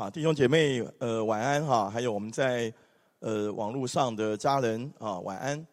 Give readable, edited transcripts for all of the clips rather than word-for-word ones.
啊，弟兄姐妹，晚安哈！还有我们在网络上的家人啊，晚安。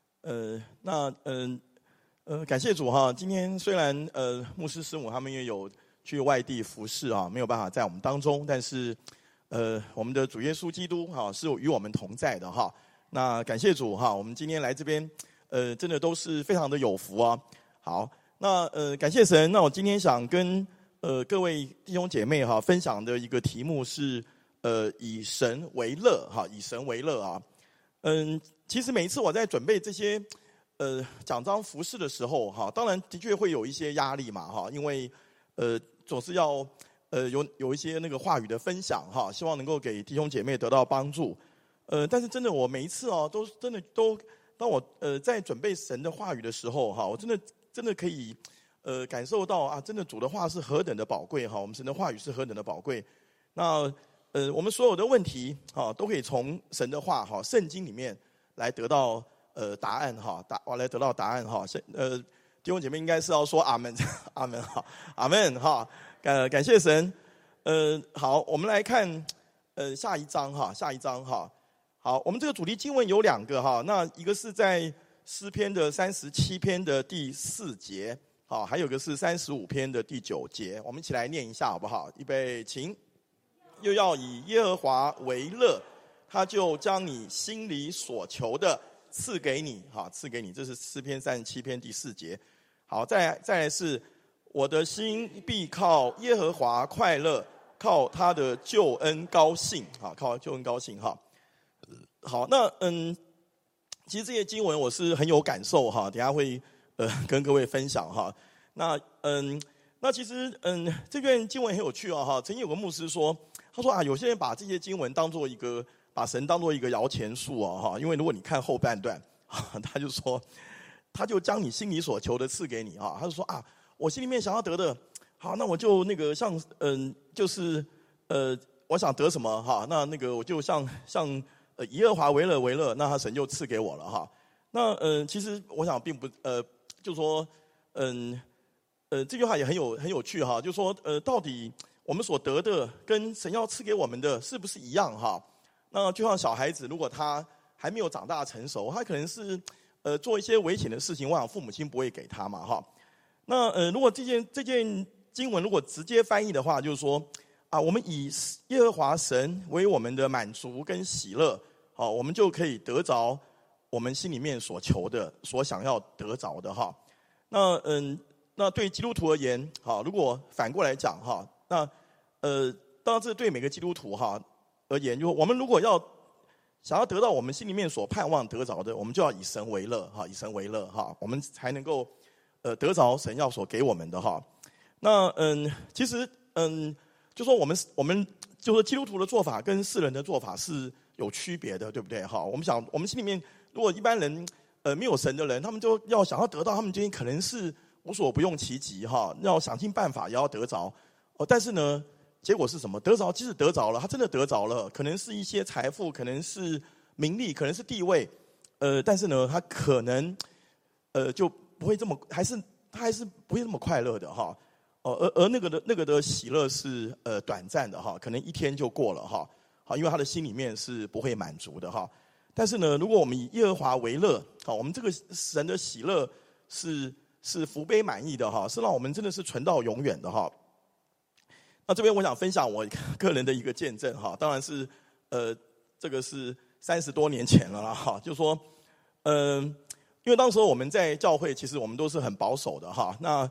感谢主哈！今天虽然牧师师母他们也有去外地服侍啊，没有办法在我们当中，但是我们的主耶稣基督哈是与我们同在的哈。那感谢主哈！我们今天来这边真的都是非常的有福啊。好，那感谢神。那我今天想跟各位弟兄姐妹哈，分享的一个题目是以神为乐哈，以神为乐啊。其实每一次我在准备这些讲章服事的时候哈，当然的确会有一些压力嘛哈，因为总是要有一些那个话语的分享哈，希望能够给弟兄姐妹得到帮助。但是真的我每一次哦，都真的都当我在准备神的话语的时候哈，我真的可以。感受到啊，真的主的话是何等的宝贵哈！我们神的话语是何等的宝贵。那我们所有的问题哈，都可以从神的话哈，圣经里面来得到答案哈，来得到答案哈。弟兄姐妹应该是要说阿门，阿门哈，阿门哈。感谢神。好，我们来看下一章哈，下一章哈。好，我们这个主题经文有两个哈，那一个是在诗篇的37篇的第4节。好，还有个是35篇的第9节，我们一起来念一下好不好？预备，请。又要以耶和华为乐，他就将你心里所求的赐给你，好，赐给你。这是诗篇37篇第4节。好，再来是我的心必靠耶和华快乐，靠他的救恩高兴，好，靠救恩高兴哈。好，那其实这些经文我是很有感受哈，等一下会。跟各位分享哈，那其实这段经文很有趣啊哈。曾经有个牧师说，他说啊，有些人把这些经文当做把神当做一个摇钱树啊哈，因为如果你看后半段，他就说，他就将你心里所求的赐给你啊，他就说啊，我心里面想要得的，好，那我就那个像就是我想得什么哈，那个我就像以耶和华为乐，那他神就赐给我了哈。那其实我想并不就说，这句话也很有趣哈，就说到底我们所得的跟神要赐给我们的是不是一样哈？那就像小孩子，如果他还没有长大成熟，他可能是做一些危险的事情，我想父母亲不会给他嘛哈。那如果这件经文如果直接翻译的话，就是说啊，我们以耶和华神为我们的满足跟喜乐，好，我们就可以得着。我们心里面所求的、所想要得着的哈，那对基督徒而言，哈，如果反过来讲哈，那当然这对每个基督徒哈而言，就我们如果要想要得到我们心里面所盼望得着的，我们就要以神为乐哈，以神为乐哈，我们才能够得着神要所给我们的哈。那其实就说我们就说基督徒的做法跟世人的做法是有区别的，对不对哈？我们心里面。如果一般人没有神的人，他们就要想要得到，他们今天可能是无所不用其极哈，要想尽办法也要得着。但是呢，结果是什么？得着，即使得着了，他真的得着了，可能是一些财富，可能是名利，可能是地位，但是呢，他可能就不会这么，他还是不会这么快乐的哈。而那个的喜乐是短暂的哈，可能一天就过了哈。好，因为他的心里面是不会满足的哈。但是呢，如果我们以耶和华为乐，好，我们这个神的喜乐是福杯满溢的哈，是让我们真的是存到永远的哈。那这边我想分享我个人的一个见证哈，当然是这个是30多年前了啦哈，就说因为当时我们在教会，其实我们都是很保守的哈，那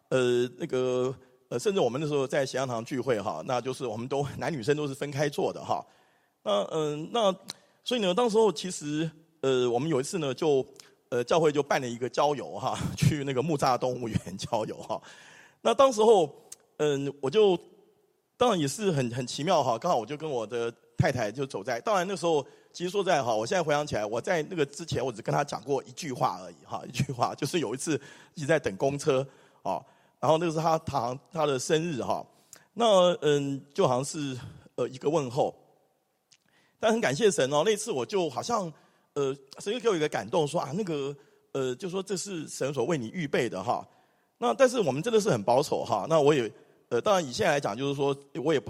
甚至我们那时候在咸阳堂聚会哈，那就是我们都男女生都是分开坐的哈，那。所以呢，当时候其实我们有一次呢，就教会就办了一个郊游哈，去那个木栅动物园郊游哈。那当时候我就当然也是很奇妙哈，刚好我就跟我的太太就走在，当然那时候其实说实在哈，我现在回想起来，我在那个之前我只跟她讲过一句话而已哈，一句话就是有一次一直在等公车啊，然后那个是她的生日哈，那就好像是一个问候。但很感谢神哦，那次我就好像神就给我一个感动，说啊就说这是神所为你预备的哈。那但是我们真的是很保守哈。那我也当然以现在来讲，就是说我也不敢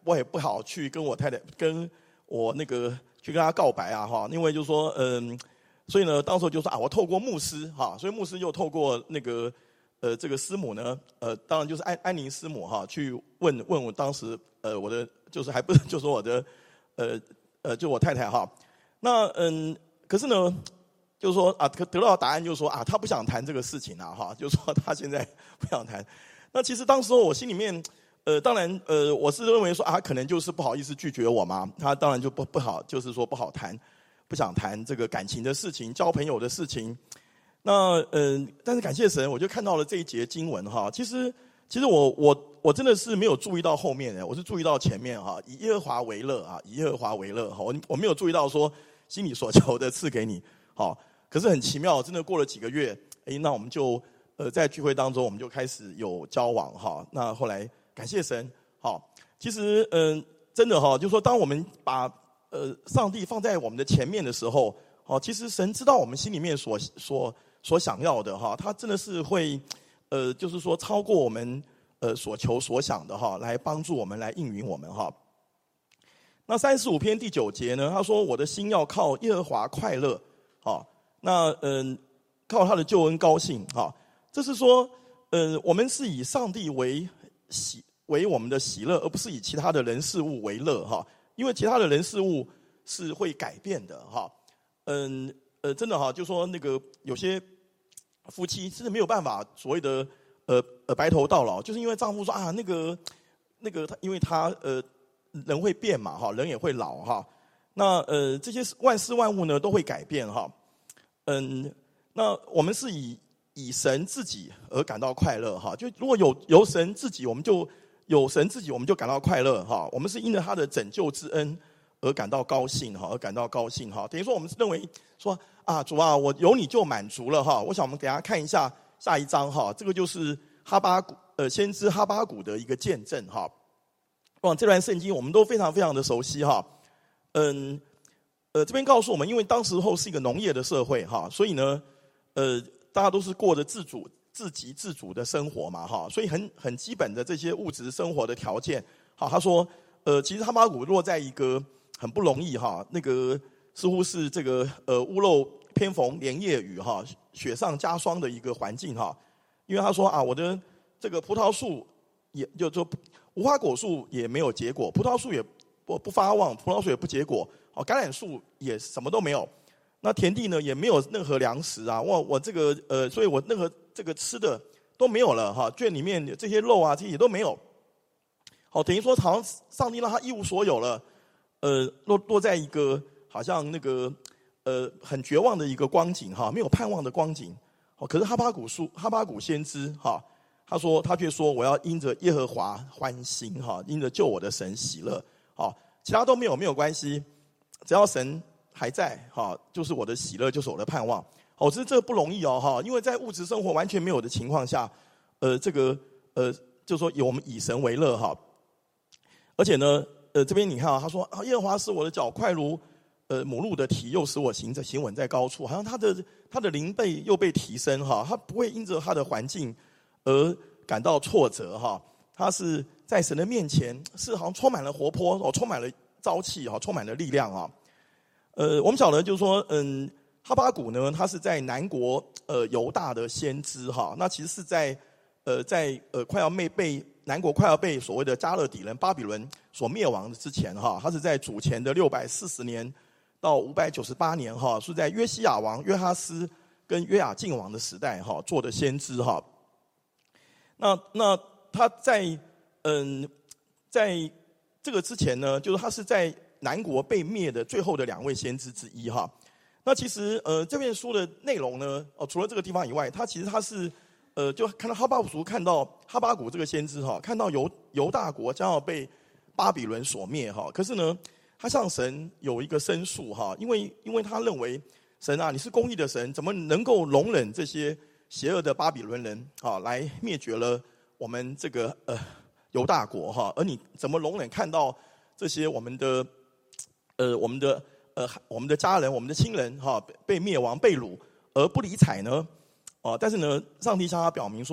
我也不好去跟我太太跟我去跟她告白啊哈，因为就说所以呢，当时就说我透过牧师哈，所以牧师又透过这个师母呢，当然就是安宁师母哈，去问我当时我的就是还不是就说我的就我太太哈，那可是呢，就是说得到答案就是说他不想谈这个事情啊哈，就是说他现在不想谈。那其实当时我心里面当然我是认为说可能就是不好意思拒绝我嘛，他当然就不好，就是说不好谈，不想谈这个感情的事情、交朋友的事情。那但是感谢神，我就看到了这一节经文哈。其实我真的是没有注意到后面的，我是注意到前面哈，以耶和华为乐啊，以耶和华为乐哈。我没有注意到说心里所求的赐给你好，可是很奇妙，真的过了几个月，那我们就在聚会当中我们就开始有交往哈。那后来感谢神好，其实真的哈，就是说当我们把上帝放在我们的前面的时候，其实神知道我们心里面所想要的哈，他真的是会就是说超过我们所求所想的哈，来帮助我们，来应允我们哈。那35篇第9节呢，他说我的心要靠耶和华快乐，好，那靠他的救恩高兴哈。这是说我们是以上帝为我们的喜乐，而不是以其他的人事物为乐哈，因为其他的人事物是会改变的哈。真的哈，就说有些夫妻真的没有办法所谓的白头到老，就是因为丈夫说他因为他人会变嘛哈，人也会老哈。那这些万事万物呢都会改变哈。那我们是以神自己而感到快乐哈。就如果有神自己，我们就有神自己，我们就感到快乐哈。我们是因着他的拯救之恩而感到高兴哈，而感到高兴哈。等于说我们是认为说主啊，我有你就满足了哈。我想我们给大家看一下下一章哈，这个就是先知哈巴谷的一个见证哈。这段圣经我们都非常非常的熟悉哈。这边告诉我们，因为当时候是一个农业的社会哈，所以呢大家都是过着自给自足的生活嘛哈，所以很基本的这些物质生活的条件好，他说其实哈巴谷落在一个很不容易哈，似乎是这个屋漏偏逢连夜雨哈，雪上加霜的一个环境哈。因为他说我的这个葡萄树也就说无花果树也没有结果，葡萄树也不发旺，葡萄树也不结果，橄榄树也什么都没有。那田地呢也没有任何粮食啊，我这个所以我任何这个吃的都没有了哈，圈里面这些肉啊这些也都没有。好，等于说好像上帝让他一无所有了，落在一个好像很绝望的一个光景哈，没有盼望的光景。好，可是哈巴谷先知哈，他却说我要因着耶和华欢心哈，因着救我的神喜乐。好，其他都没有关系，只要神还在哈，就是我的喜乐，就是我的盼望。好，其实这个不容易哈，因为在物质生活完全没有的情况下，就是说我们以神为乐哈。而且呢，这边你看他说耶和华使我的脚快如母鹿的蹄，又使我行稳在高处，好像他的灵又被提升哈，他不会因着他的环境而感到挫折哈，他是在神的面前是好像充满了活泼充满了朝气充满了力量啊。我们晓得就是说哈巴谷呢，他是在南国犹大的先知哈，那其实是在快要被南国快要被所谓的加勒底人巴比伦所灭亡之前哈，他是在主前的640年到598年哈，是在约西亚王约哈斯跟约雅敬王的时代哈做的先知哈。那他在这个之前呢，就是他是在南国被灭的最后的2位先知之一哈。那其实这篇书的内容呢，除了这个地方以外，他是就看到哈巴谷这个先知哈，看到犹大国将要被巴比伦所灭哈。可是呢，他向神有一个申诉哈，因为他认为神啊，你是公义的神，怎么能够容忍这些邪恶的巴比伦人来灭绝了我们这个犹大国哈？而你怎么容忍看到这些我们的家人、我们的亲人被灭亡、被掳而不理睬呢？但是呢，上帝向他表明说，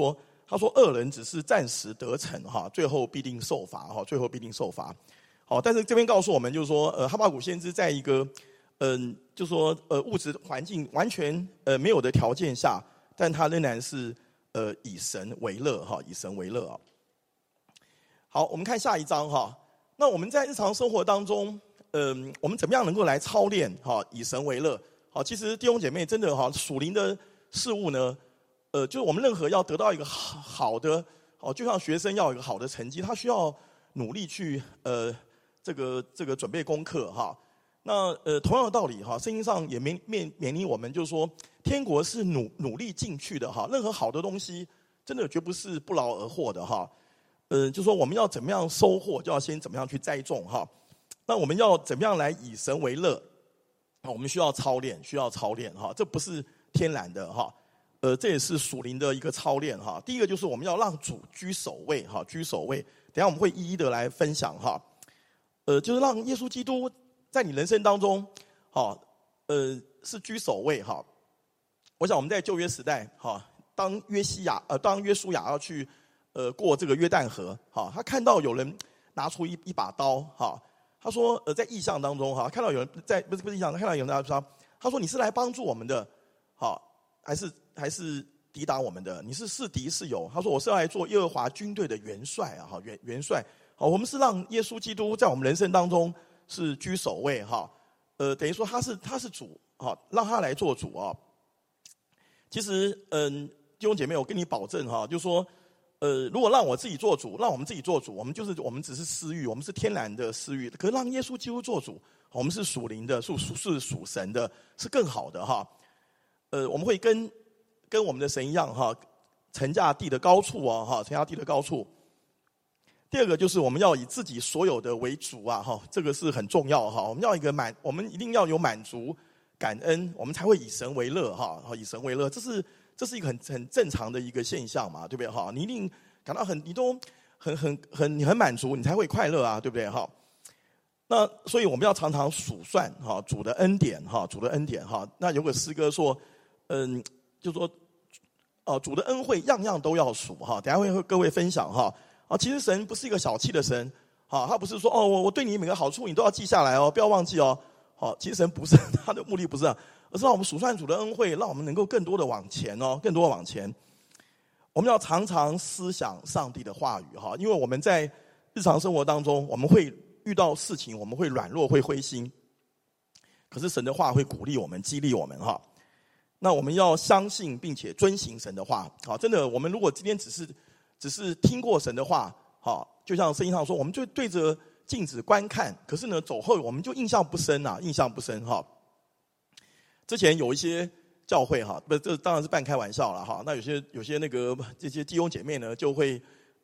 他说恶人只是暂时得逞哈，最后必定受罚哈，最后必定受罚。好，但是这边告诉我们就是说，哈巴谷先知在一个就说物质环境完全没有的条件下，但他仍然是以神为乐哈，以神为乐啊。好，我们看下一章哈。那我们在日常生活当中，我们怎么样能够来操练哈，以神为乐？好，其实弟兄姐妹真的哈，属灵的事物呢，就是我们任何要得到一个好的，哦，就像学生要有一个好的成绩，他需要努力去这个准备功课哈。那同样的道理哈，圣经上也勉励我们，就是说天国是努力进去的哈。任何好的东西，真的绝不是不劳而获的哈。就是说我们要怎么样收获，就要先怎么样去栽种哈。那我们要怎么样来以神为乐？我们需要操练哈。这不是天然的哈。这也是属灵的一个操练哈。第一个就是我们要让主居首位哈，居首位。等一下我们会一一的来分享哈。就是让耶稣基督在你人生当中，好，是居首位哈。我想我们在旧约时代，哈，当约书亚要去过这个约旦河，哈，他看到有人拿出一把刀，哈，他说在异象当中，哈，看到有人在不是异象，看到有人拿出，他说你是来帮助我们的，好，还是抵挡我们的？你是敌是友？他说我是要来做耶和华军队的元帅啊，哈，元帅。好，我们是让耶稣基督在我们人生当中是居首位哈，等于说他是主，好，让他来做主啊。其实，弟兄姐妹，我跟你保证哈，就是说，如果让我自己做主，让我们自己做主，我们只是私欲，我们是天然的私欲。可是让耶稣基督做主，我们是属灵的，是属神的，是更好的哈。我们会跟我们的神一样哈，乘驾地的高处啊哈，乘驾地的高处。第二个就是我们要以自己所有的为主啊，哈，这个是很重要哈。我们一定要有满足、感恩，我们才会以神为乐哈，以神为乐，这是一个很正常的一个现象嘛，对不对哈？你一定感到你都很满足，你才会快乐啊，对不对哈？那所以我们要常常数算哈主的恩典哈，主的恩典哈。那有个诗歌说，就说主的恩惠样样都要数哈。等一下会和各位分享哈。其实神不是一个小气的神，他不是说我对你每个好处你都要记下来哦，不要忘记哦。其实神不是，他的目的不是这样，而是让我们数算主的恩惠，让我们能够更多的往前哦，更多的往前。我们要常常思想上帝的话语哈，因为我们在日常生活当中，我们会遇到事情，我们会软弱，会灰心，可是神的话会鼓励我们，激励我们哈。那我们要相信并且遵行神的话，好，真的，我们如果今天只是听过神的话，好，就像圣经上说，我们就对着镜子观看，可是呢，走后我们就印象不深啊，印象不深哈。之前有一些教会哈，这当然是半开玩笑了哈。那有些那个这些弟兄姐妹呢，就会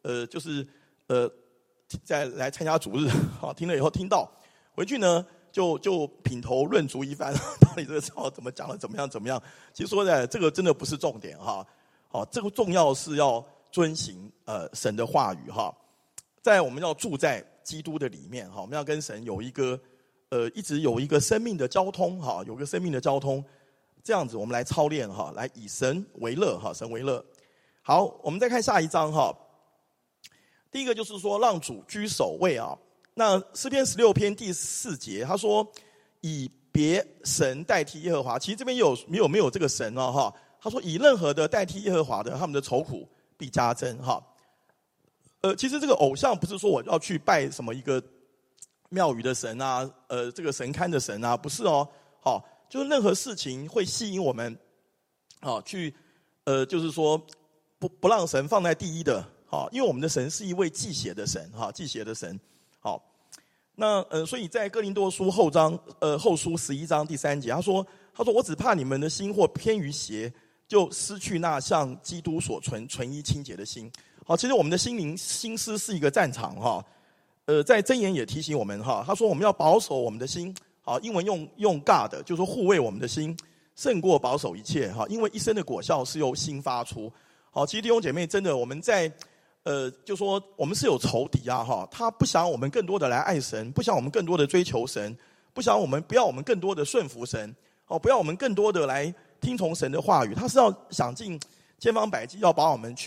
再来参加主日，好，听了以后听到回去呢，就品头论足一番，到底这个操怎么讲的，怎么样？其实说实在，这个真的不是重点哈。好，这个重要是要遵行神的话语哈，在我们要住在基督的里面哈，我们要跟神有一个一直有一个生命的交通哈，有个生命的交通，这样子我们来操练哈，来以神为乐哈，神为乐。好，我们再看下一章哈。第一个就是说让主居首位啊。那诗篇16篇第4节，他说以别神代替耶和华，其实这边没有这个神哦哈。他说以任何的代替耶和华的，他们的愁苦必加增哈。其实这个偶像不是说我要去拜什么一个庙宇的神啊，这个神龛的神啊，不是哦。好，就是任何事情会吸引我们，好去就是说不让神放在第一的，好，因为我们的神是一位忌邪的神哈，忌邪的神。好，那所以在哥林多书后书11章第3节，他说我只怕你们的心或偏于邪，就失去那向基督所纯一清洁的心。好，其实我们的心思是一个战场哈。在箴言也提醒我们哈，他说我们要保守我们的心。好，英文用 guard， 就是说护卫我们的心，胜过保守一切哈。因为一生的果效是由心发出。好，其实弟兄姐妹，真的我们在就说我们是有仇敌啊哈，他不想我们更多的来爱神，不想我们更多的追求神，不要我们更多的顺服神，不要我们更多的来听从神的话语，他是要想尽千方百计要把我们去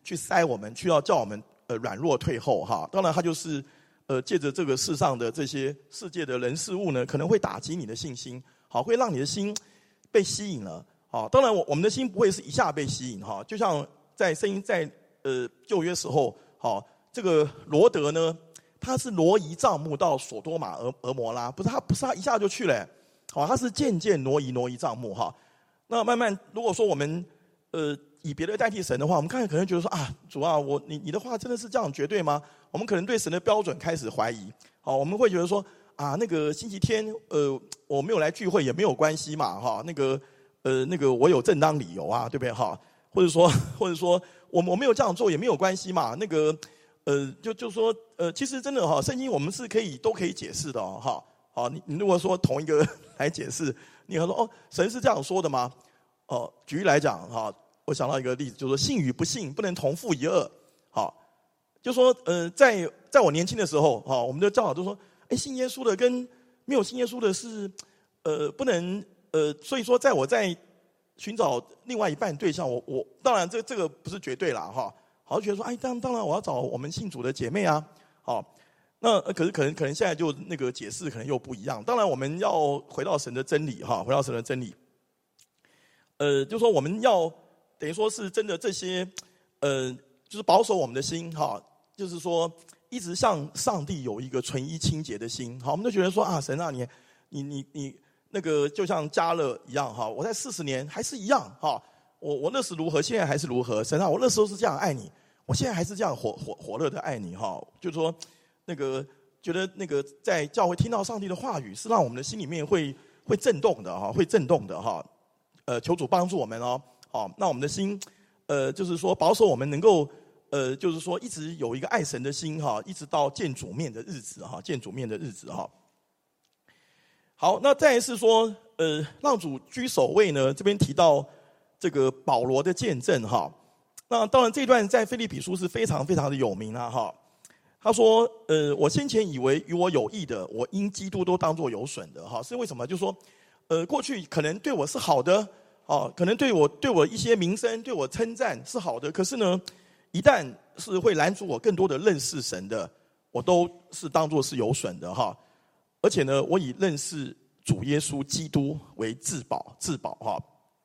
塞我们，要叫我们软弱退后哈。当然，它就是借着这个世上的这些世界的人事物呢，可能会打击你的信心，好，会让你的心被吸引了。好，当然我们的心不会是一下被吸引哈，就像在旧约时候，好，这个罗德呢，他是挪移帐幕到索多玛俄摩拉，不是他一下就去了，好，他是渐渐挪移帐幕哈。那慢慢，如果说我们以别的代替神的话，我们可能觉得说啊，主啊，你的话真的是这样绝对吗？我们可能对神的标准开始怀疑。好，我们会觉得说啊，那个星期天我没有来聚会也没有关系嘛哈，那个我有正当理由啊，对不对哈？或者说我没有这样做也没有关系嘛，那个就说其实真的哈，圣经我们是都可以解释的哦哈。好，你如果说同一个来解释，你会说哦，神是这样说的吗？哦，举例来讲哈，我想到一个例子，就是说信与不信不能同负一軛。好，就说在我年轻的时候哈，我们的教导都说，信耶稣的跟没有信耶稣的是不能所以说在我在寻找另外一半对象，我当然这个不是绝对啦哈，好觉得说当然我要找我们信主的姐妹啊，好，那可是可能现在就那个解释可能又不一样。当然我们要回到神的真理哈，回到神的真理。就说我们要等于说是真的这些就是保守我们的心哈，就是说一直向上帝有一个纯一清洁的心。好，我们就觉得说啊，神啊，你那个就像迦勒一样哈，我在40年还是一样哈，我那时如何，现在还是如何。神啊，我那时候是这样爱你，我现在还是这样火热的爱你哈。就是说那个觉得那个在教会听到上帝的话语，是让我们的心里面会震动的哈，会震动的哈。求主帮助我们哦，好，那我们的心，就是说保守我们能够，就是说一直有一个爱神的心哈，一直到见主面的日子哈，见主面的日子哈。好，那再来是说，让主居首位呢，这边提到这个保罗的见证哈。那当然这段在腓立比书是非常非常的有名啊哈。他说，我先前以为与我有益的，我因基督都当作有损的哈，是为什么？就是说。过去可能对我是好的，可能对我一些名声，对我称赞是好的。可是呢，一旦是会拦阻我更多的认识神的，我都是当作是有损的哈。而且呢，我以认识主耶稣基督为至宝哈。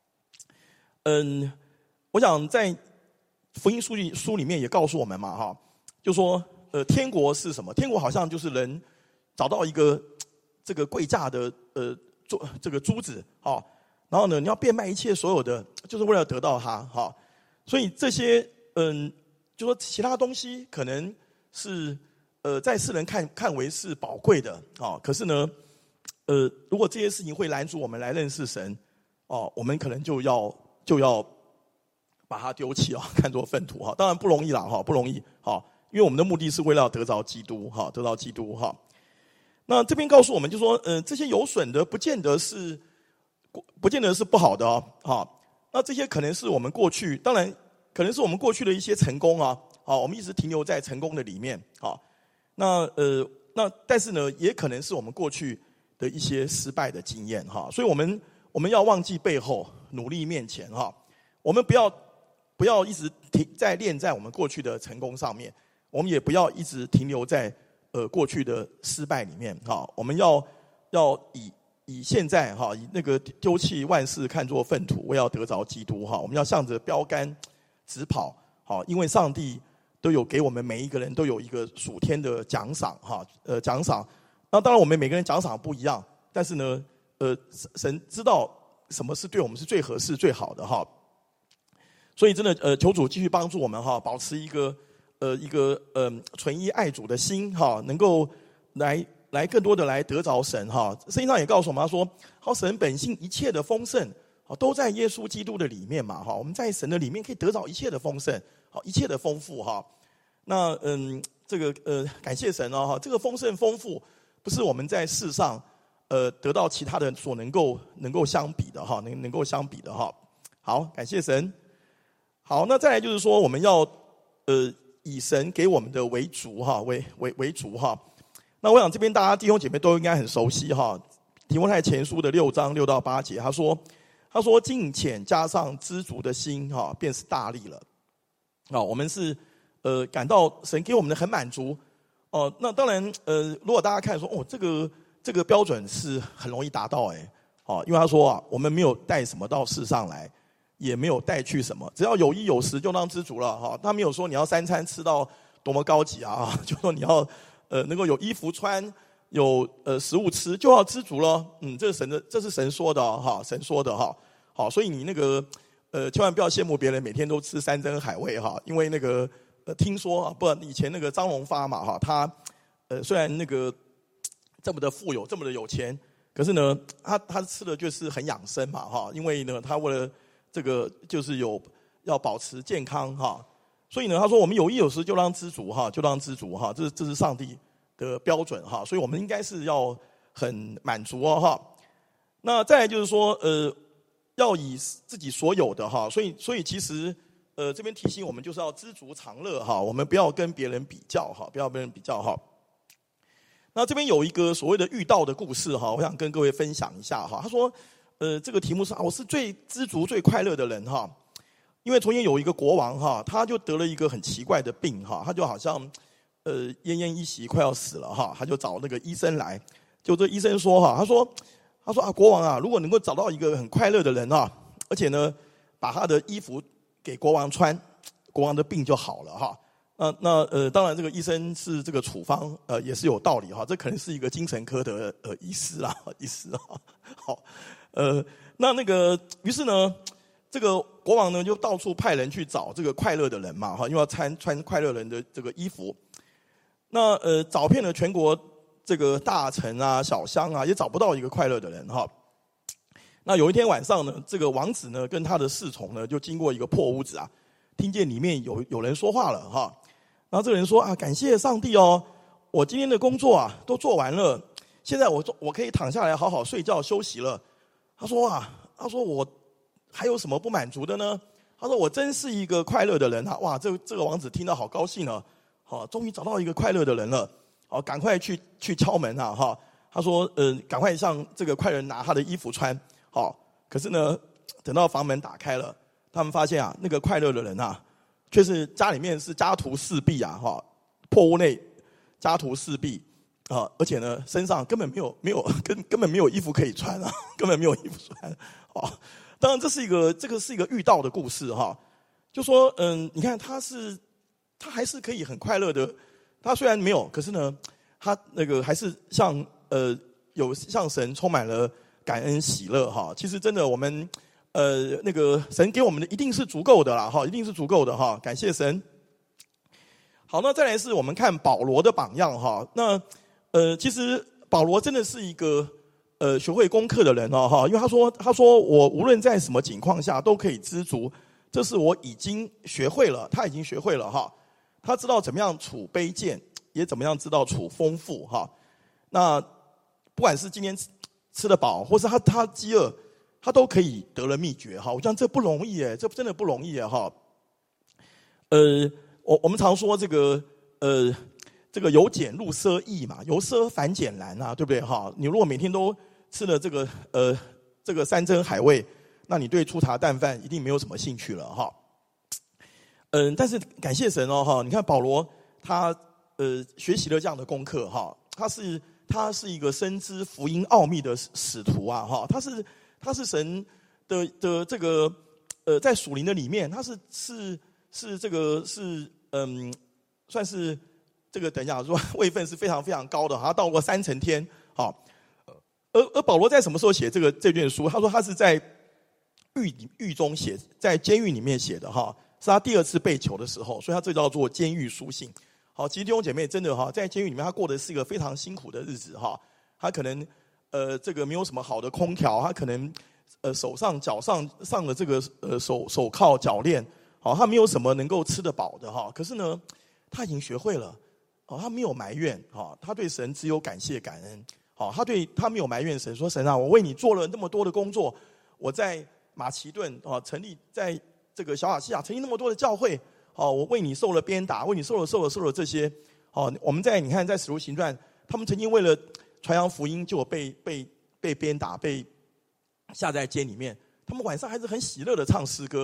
我想在福音书里面也告诉我们嘛哈，就说天国是什么？天国好像就是人找到一个这个贵价的这个珠子，好，然后呢，你要变卖一切所有的，就是为了得到它，好，所以这些就说其他东西可能是在世人看为是宝贵的，啊，可是呢，如果这些事情会拦阻我们来认识神，哦，我们可能就要把它丢弃啊，看作粪土哈，当然不容易啦哈，不容易，好，因为我们的目的是为了得着基督哈，得着基督哈。那这边告诉我们，就说，这些有损的，不见得是不好的哦，好，那这些可能是我们过去，当然可能是我们过去的一些成功啊，好，我们一直停留在成功的里面，好，那但是呢，也可能是我们过去的一些失败的经验哈，所以我们要忘记背后，努力面前哈，我们不要一直恋在我们过去的成功上面，我们也不要一直停留在过去的失败里面哈，我们要以现在哈，以那个丢弃万事看作粪土，为要得着基督哈，我们要向着标杆直跑好，因为上帝都有给我们每一个人都有一个属天的奖赏哈，奖赏。那当然我们每个人奖赏不一样，但是呢，神知道什么是对我们是最合适最好的哈，所以真的求主继续帮助我们哈，保持一个纯一爱主的心哈，能够来更多的来得着神哈。圣经上也告诉我们，他说，好，神本性一切的丰盛，好，都在耶稣基督的里面嘛哈。我们在神的里面可以得着一切的丰盛，好，一切的丰富哈。那这个感谢神哦哈，这个丰盛丰富不是我们在世上得到其他的所能够相比的哈，能够相比的哈。好，感谢神。好，那再来就是说，我们要以神给我们的为主哈，为主哈。那我想这边大家弟兄姐妹都应该很熟悉哈，提摩太前书的6章6到8节，他说敬虔加上知足的心哈，便是大利了。 我们是感到神给我们的很满足。那当然如果大家看说这个标准是很容易达到因为他说我们没有带什么到世上来，也没有带去什么，只要有衣有食就当知足了他没有说你要3餐吃到多么高级就说你要能够有衣服穿，有食物吃就要知足了。这是神说的神说的好，所以你那个千万不要羡慕别人每天都吃山珍海味因为那个听说以前那个张荣发嘛他虽然那个这么的富有，这么的有钱，可是呢他吃的就是很养生嘛因为呢他为了这个就是要保持健康所以呢他说我们有衣有食就当知足就当知足这是上帝的标准所以我们应该是要很满足那再来就是说要以自己所有的所以其实这边提醒我们就是要知足常乐我们不要跟别人比较不要跟别人比较那这边有一个所谓的遇到的故事我想跟各位分享一下他说这个题目是我是最知足最快乐的人因为从前有一个国王他就得了一个很奇怪的病他就好像奄奄一息快要死了他就找那个医生来，就这医生说他说国王如果能够找到一个很快乐的人而且呢把他的衣服给国王穿，国王的病就好了当然这个医生是这个处方也是有道理这可能是一个精神科的医师好那个于是呢这个国王呢就到处派人去找这个快乐的人嘛因为要穿快乐人的这个衣服。那找遍了全国这个大臣小乡也找不到一个快乐的人那有一天晚上呢这个王子呢跟他的侍从呢就经过一个破屋子听见里面有人说话了然后这个人说感谢上帝我今天的工作都做完了，现在我可以躺下来好好睡觉休息了。他说我还有什么不满足的呢？他说我真是一个快乐的人哇，这个王子听到好高兴终于找到一个快乐的人了赶快去敲门他说赶快向这个快人拿他的衣服穿可是呢等到房门打开了，他们发现那个快乐的人却是家里面是家徒四壁破屋内家徒四壁而且呢身上根本没有衣服可以穿根本没有衣服穿当然这个是一个遇到的故事就说你看他还是可以很快乐的，他虽然没有，可是呢他那个还是向神充满了感恩喜乐其实真的我们那个神给我们的一定是足够的啦一定是足够的感谢神。好，那再来是我们看保罗的榜样那其实保罗真的是一个学会功课的人因为他说我无论在什么情况下都可以知足，这是我已经学会了，他已经学会了他知道怎么样处卑贱，也怎么样知道处丰富那不管是今天吃得饱，或是他饥饿，他都可以得了秘诀我想这不容易这真的不容易我们常说这个由俭入奢易嘛，由奢反俭难对不对你如果每天都吃了这个山珍海味，那你对粗茶淡饭一定没有什么兴趣了但是感谢神你看保罗他学习了这样的功课他是一个深知福音奥秘的使徒他是神的这个在属灵的里面，他是这个是算是这个等一下说位分是非常非常高的他到过3层天而保罗在什么时候写这卷书？他说他是在狱中写，在监狱里面写的是他第2次被囚的时候，所以他这叫做监狱书信。好，其实弟兄姐妹真的在监狱里面他过的是一个非常辛苦的日子他可能这个没有什么好的空调，他可能手上脚上了这个手铐脚链他没有什么能够吃得饱的可是呢他已经学会了他没有埋怨他对神只有感谢感恩他没有埋怨神说神我为你做了那么多的工作，我在马其顿成立，在这个小亚细亚成立那么多的教会我为你受了鞭打，为你受了这些我们你看在使徒行传，他们曾经为了传扬福音就被鞭打，被下在监里面，他们晚上还是很喜乐的唱诗歌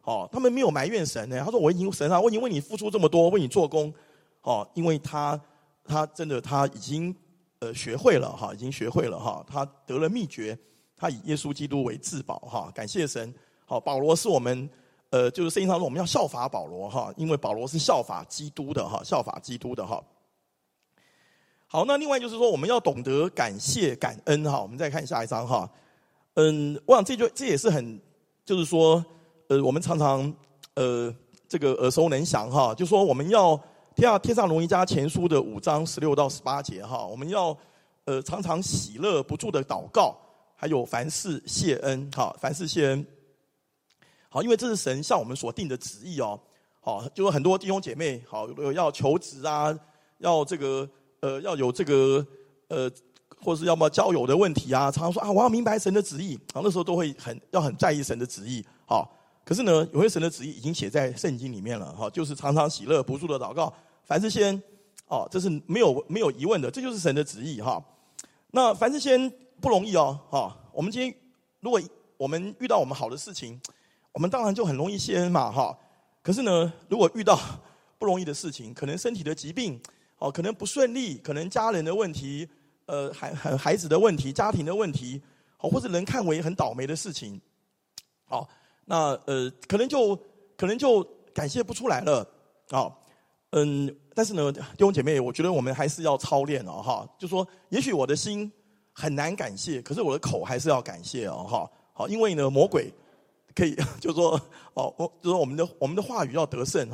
他们没有埋怨神呢。他说我已经为你付出这么多，为你做工，因为他真的他已经学会了已经学会了他得了秘诀，他以耶稣基督为至宝感谢神。保罗是我们就是圣经上说我们要效法保罗因为保罗是效法基督的效法基督的好，那另外就是说我们要懂得感谢感恩我们再看下一章我想这也是很就是说我们常常这个耳熟能详就说我们要帖撒罗尼迦前书的5章16到18节我们要常常喜乐不住的祷告，还有凡事谢恩凡事谢恩。好，因为这是神向我们所定的旨意就是很多弟兄姐妹要求职啊，要这个要有这个或是要么交友的问题常常说我要明白神的旨意那时候都会很在意神的旨意可是呢，有些神的旨意已经写在圣经里面了就是常常喜乐不住的祷告，凡事谢恩这是没有疑问的，这就是神的旨意那凡事谢恩不容易我们今天如果我们遇到我们好的事情，我们当然就很容易谢恩嘛可是呢，如果遇到不容易的事情，可能身体的疾病可能不顺利，可能家人的问题孩子的问题，家庭的问题或者人看为很倒霉的事情那可能就感谢不出来了但是呢，弟兄姐妹，我觉得我们还是要操练就说也许我的心很难感谢，可是我的口还是要感谢因为呢，魔鬼可以就说就说我们的话语要得胜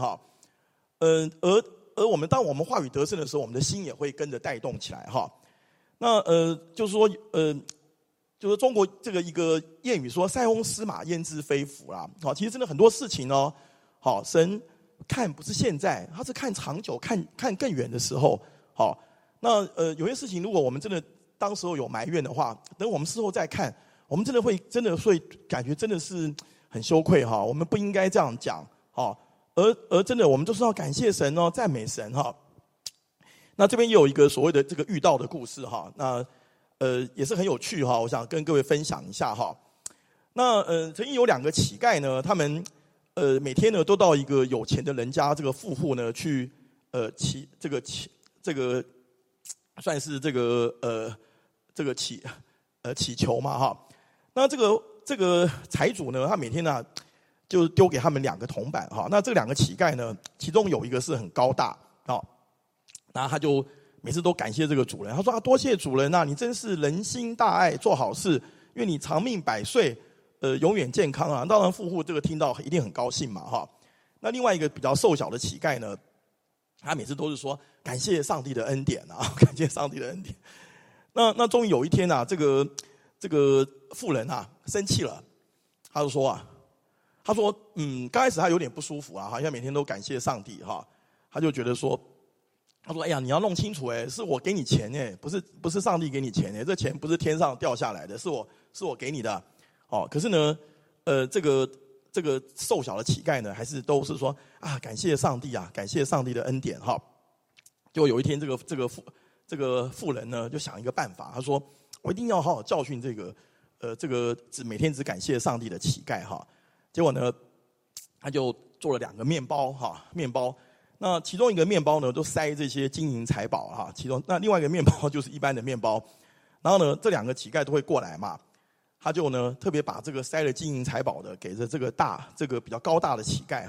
而当我们话语得胜的时候，我们的心也会跟着带动起来那就是说就是中国这个一个谚语说塞翁失马焉知非福啦其实真的很多事情神看不是现在，他是看长久，看更远的时候那有些事情如果我们真的当时候有埋怨的话，等我们事后再看，我们真的会感觉真的是很羞愧我们不应该这样讲而真的我们就是要感谢神赞美神那这边也有一个所谓的这个遇到的故事那也是很有趣我想跟各位分享一下那曾经有2个乞丐呢，他们每天呢都到一个有钱的人家这个富户呢去这个算是这个祈求嘛那这个财主呢，他每天呢就丢给他们2个铜板那这2个乞丐呢，其中有一个是很高大然后他就每次都感谢这个主人，他说多谢主人你真是人心大爱，做好事，愿你长命百岁，永远健康当然富户这个听到一定很高兴嘛那另外一个比较瘦小的乞丐呢，他每次都是说感谢上帝的恩典感谢上帝的恩典。那终于有一天这个妇人生气了，他就说他说刚开始他有点不舒服好像每天都感谢上帝他就觉得说。他说：“哎呀，你要弄清楚是我给你钱不是上帝给你钱这钱不是天上掉下来的，是我给你的可是呢，这个瘦小的乞丐呢，还是都是说感谢上帝感谢上帝的恩典结果有一天，这个妇人呢，就想一个办法，他说：我一定要好好教训这个每天只感谢上帝的乞丐结果呢，他就做了2个面包面包。”那其中一个面包呢，都塞这些金银财宝那另外一个面包就是一般的面包。然后呢，这2个乞丐都会过来嘛，他就呢特别把这个塞了金银财宝的给这个比较高大的乞丐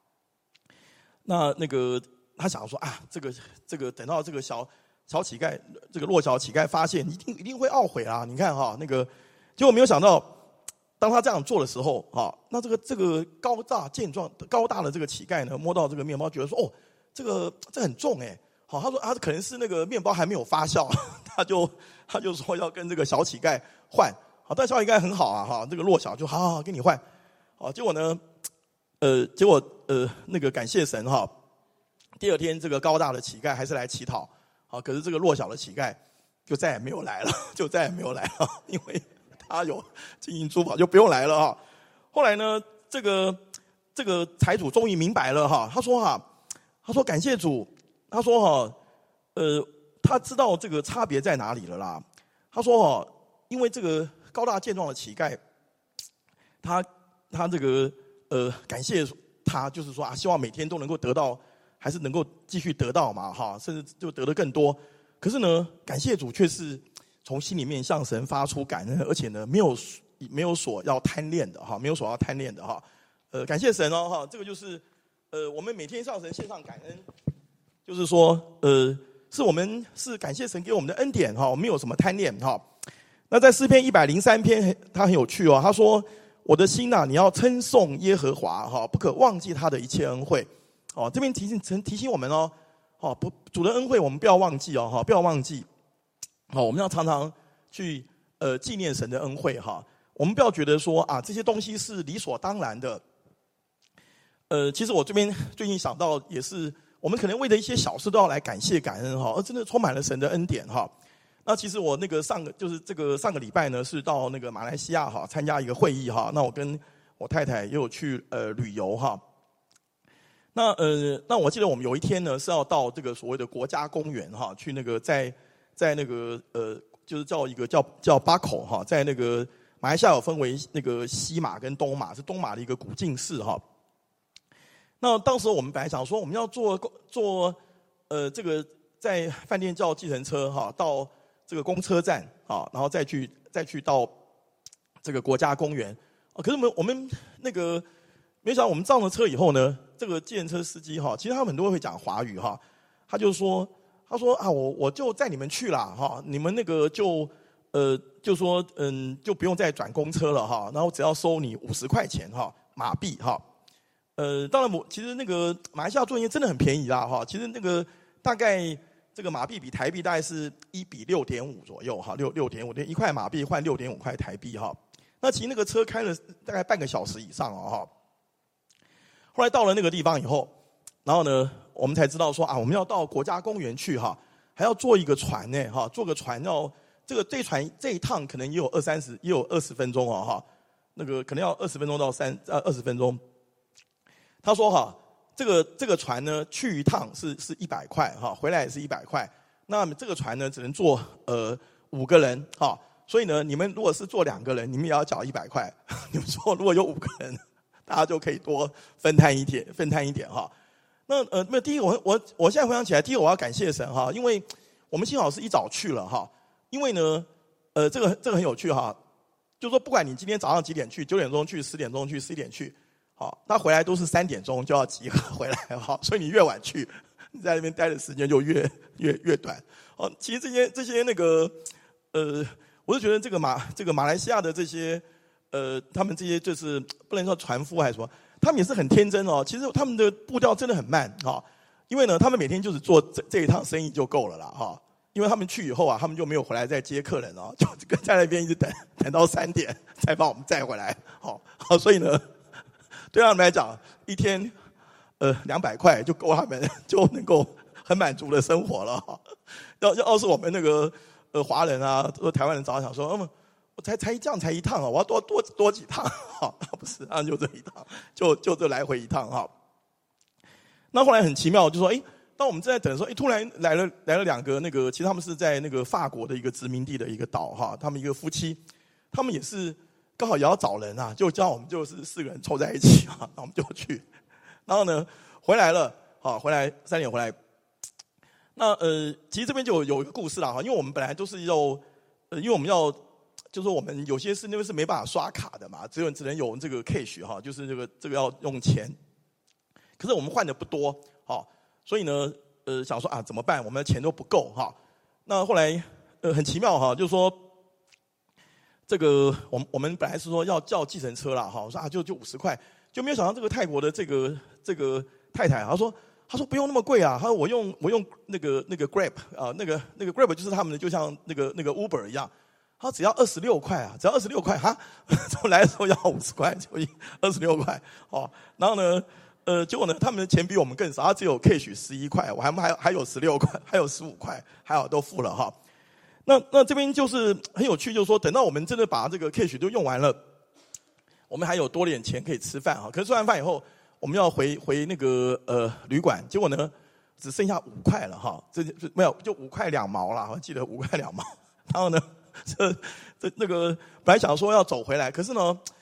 那个他想说这个等到这个小乞丐这个弱小乞丐发现，一定会懊悔你看结果没有想到。当他这样做的时候那这个高大健壮高大的这个乞丐呢，摸到这个面包，觉得说这很重他说他可能是那个面包还没有发酵，他就说要跟这个小乞丐换但小乞丐很好这个弱小就好跟你换结果呢那个感谢神第2天这个高大的乞丐还是来乞讨可是这个弱小的乞丐就再也没有来了，因为。他有金银珠宝就不用来了后来呢，这个财主终于明白了他说感谢主，他说他知道这个差别在哪里了啦。他说因为这个高大健壮的乞丐，他这个感谢他，就是说希望每天都能够得到，还是能够继续得到嘛哈，甚至就得的更多。可是呢，感谢主却是从心里面向神发出感恩，而且呢没有所要贪恋的哈，没有所要贪恋的哈。感谢神哦哈，这个就是我们每天向神献上感恩，就是说是感谢神给我们的恩典哈，我们没有什么贪恋哈。那在诗篇103篇，它很有趣哦，他说：“我的心啊，你要称颂耶和华哈，不可忘记他的一切恩惠。”哦，这边提醒我们哦，主的恩惠我们不要忘记哦哈，不要忘记。好，我们要常常去纪念神的恩惠哈。我们不要觉得说这些东西是理所当然的。其实我这边最近想到也是，我们可能为了一些小事都要来感谢感恩哈，而真的充满了神的恩典哈。那其实我那个上个礼拜呢，是到那个马来西亚哈参加一个会议哈。那我跟我太太也有去旅游哈。那我记得我们有一天呢是要到这个所谓的国家公园哈，去那个在那个就是叫一个叫巴口哈，在那个马来西亚有分为那个西马跟东马，是东马的一个古晋市哈。那当时我们本来想说我们要坐这个在饭店叫计程车哈到这个公车站啊，然后再去到这个国家公园。可是我们那个没想到我们上了车以后呢，这个计程车司机哈，其实他们很多会讲华语哈，他说我就载你们去啦哈，你们那个就说就不用再转公车了哈，然后只要收你50块钱哈马币哈。当然其实那个马来西亚坐业真的很便宜啦哈，其实那个大概这个马币比台币大概是1比6.5左右哈，6.5，一块马币换6.5块台币哈。那其实那个车开了大概半个小时以上哦哈。后来到了那个地方以后，然后呢，我们才知道说我们要到国家公园去哈，还要坐一个船呢哈，坐个船要这一趟可能也有20分钟哦哈，那个可能要20分钟到20分钟。他说哈，这个船呢去一趟是100块哈，回来也是100块。那么这个船呢只能坐5个人哈，所以呢你们如果是坐2个人，你们也要缴100块。你们说如果有5个人，大家就可以多分摊一点哈。那第一个我现在回想起来，第一个我要感谢神哈，因为我们幸好是一早去了哈，因为呢这个很有趣哈，就是说不管你今天早上几点去，9点钟去、10点钟去、11点去。好，他回来都是3点钟就要集合回来哈，所以你越晚去，你在那边待的时间就越短。哦，其实这些那个我是觉得这个马来西亚的这些他们这些就是不能说船夫还是什么，他们也是很天真哦。其实他们的步调真的很慢哈，因为呢他们每天就是做这一趟生意就够了啦哈。因为他们去以后他们就没有回来再接客人哦，就在那边一直等到3点才把我们载回来。好，所以呢。对他们来讲，一天200块就够他们就能够很满足的生活了哈。要是我们那个华人啊，台湾人早想说，我才这样才一趟啊，我要多几趟哈，不是，就这一趟，就这来回一趟哈。那后来很奇妙，就说当我们正在等的时候，突然来了2个那个，其实他们是在那个法国的一个殖民地的一个岛哈，他们一个夫妻，他们也是。刚好也要找人就叫我们就是4个人凑在一起那我们就去，然后呢回来了，回来3点回来。那其实这边就有一个故事啦因为我们本来都是因为我们要就是我们有些是因为是没办法刷卡的嘛，只能有这个 cash 就是这个要用钱，可是我们换的不多所以呢想说怎么办？我们的钱都不够那后来很奇妙就是说。这个我们本来是说要叫计程车啦我说就50块，就没有想到这个泰国的这个太太，她说不用那么贵她说我用那个 Grab 那个 Grab 就是他们的就像那个 Uber 一样，她说只要26块只要26块从来的时候要50块，所以26块然后呢结果呢他们的钱比我们更少，他只有 cash 11块，我还有16块，还有15块，还好都付了那这边就是很有趣，就是说等到我们真的把这个 cash 都用完了，我们还有多点钱可以吃饭可是吃完饭以后，我们要回那个旅馆，结果呢只剩下5块了这没有就5块2毛啦，我记得5块2毛。然后呢那个本来想说要走回来，可是呢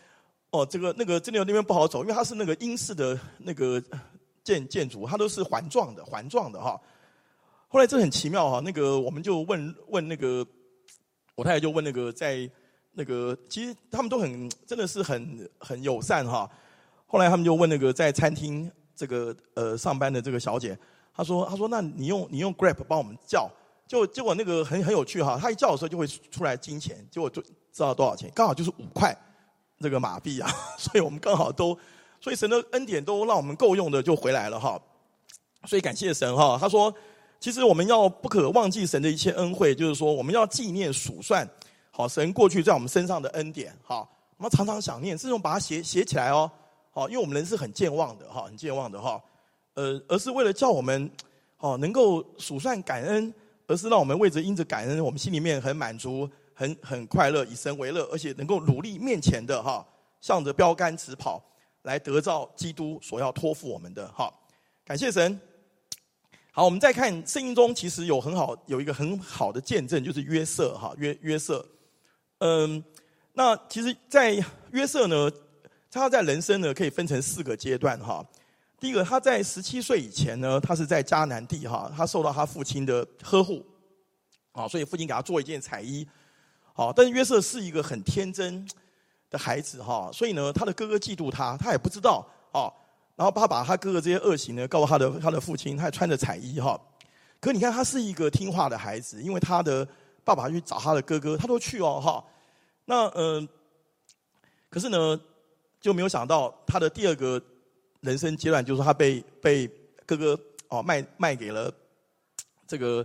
哦，这个那个真的那边不好走，因为它是那个英式的那个建筑，它都是环状的哈。后来这很奇妙哈，那个我们就问那个我太太就问那个在那个其实他们都真的是很友善哈。后来他们就问那个在餐厅这个上班的这个小姐，她说那你用 Grab 帮我们叫，结果那个很有趣哈，她一叫的时候就会出来金钱，结果就知道多少钱，刚好就是5块这个马币啊，所以我们刚好所以神的恩典都让我们够用的就回来了哈。所以感谢神哈。他说，其实我们要不可忘记神的一切恩惠，就是说我们要纪念数算，好神过去在我们身上的恩典，好我们常常想念，这种把它写起来哦，好，因为我们人是很健忘的哈，很健忘的哈，而是为了叫我们能够数算感恩，而是让我们因着感恩，我们心里面很满足。很快乐，以神为乐，而且能够努力面前的哈，向着标杆直跑，来得到基督所要托付我们的哈。感谢神。好，我们再看圣经中，其实有一个很好的见证，就是约瑟哈，约瑟。那其实，在约瑟呢，他在人生呢可以分成4个阶段哈。第一个，他在17岁以前呢，他是在迦南地哈，他受到他父亲的呵护，啊，所以父亲给他做一件彩衣。好，但是约瑟是一个很天真的孩子哈，所以呢，他的哥哥嫉妒他，他也不知道啊。然后他把他哥哥这些恶行呢告诉他的父亲，他还穿着彩衣哈。可你看，他是一个听话的孩子，因为他的爸爸去找他的哥哥，他都去哦哈。那可是呢，就没有想到他的第2个人生阶段，就是他被哥哥卖给了这个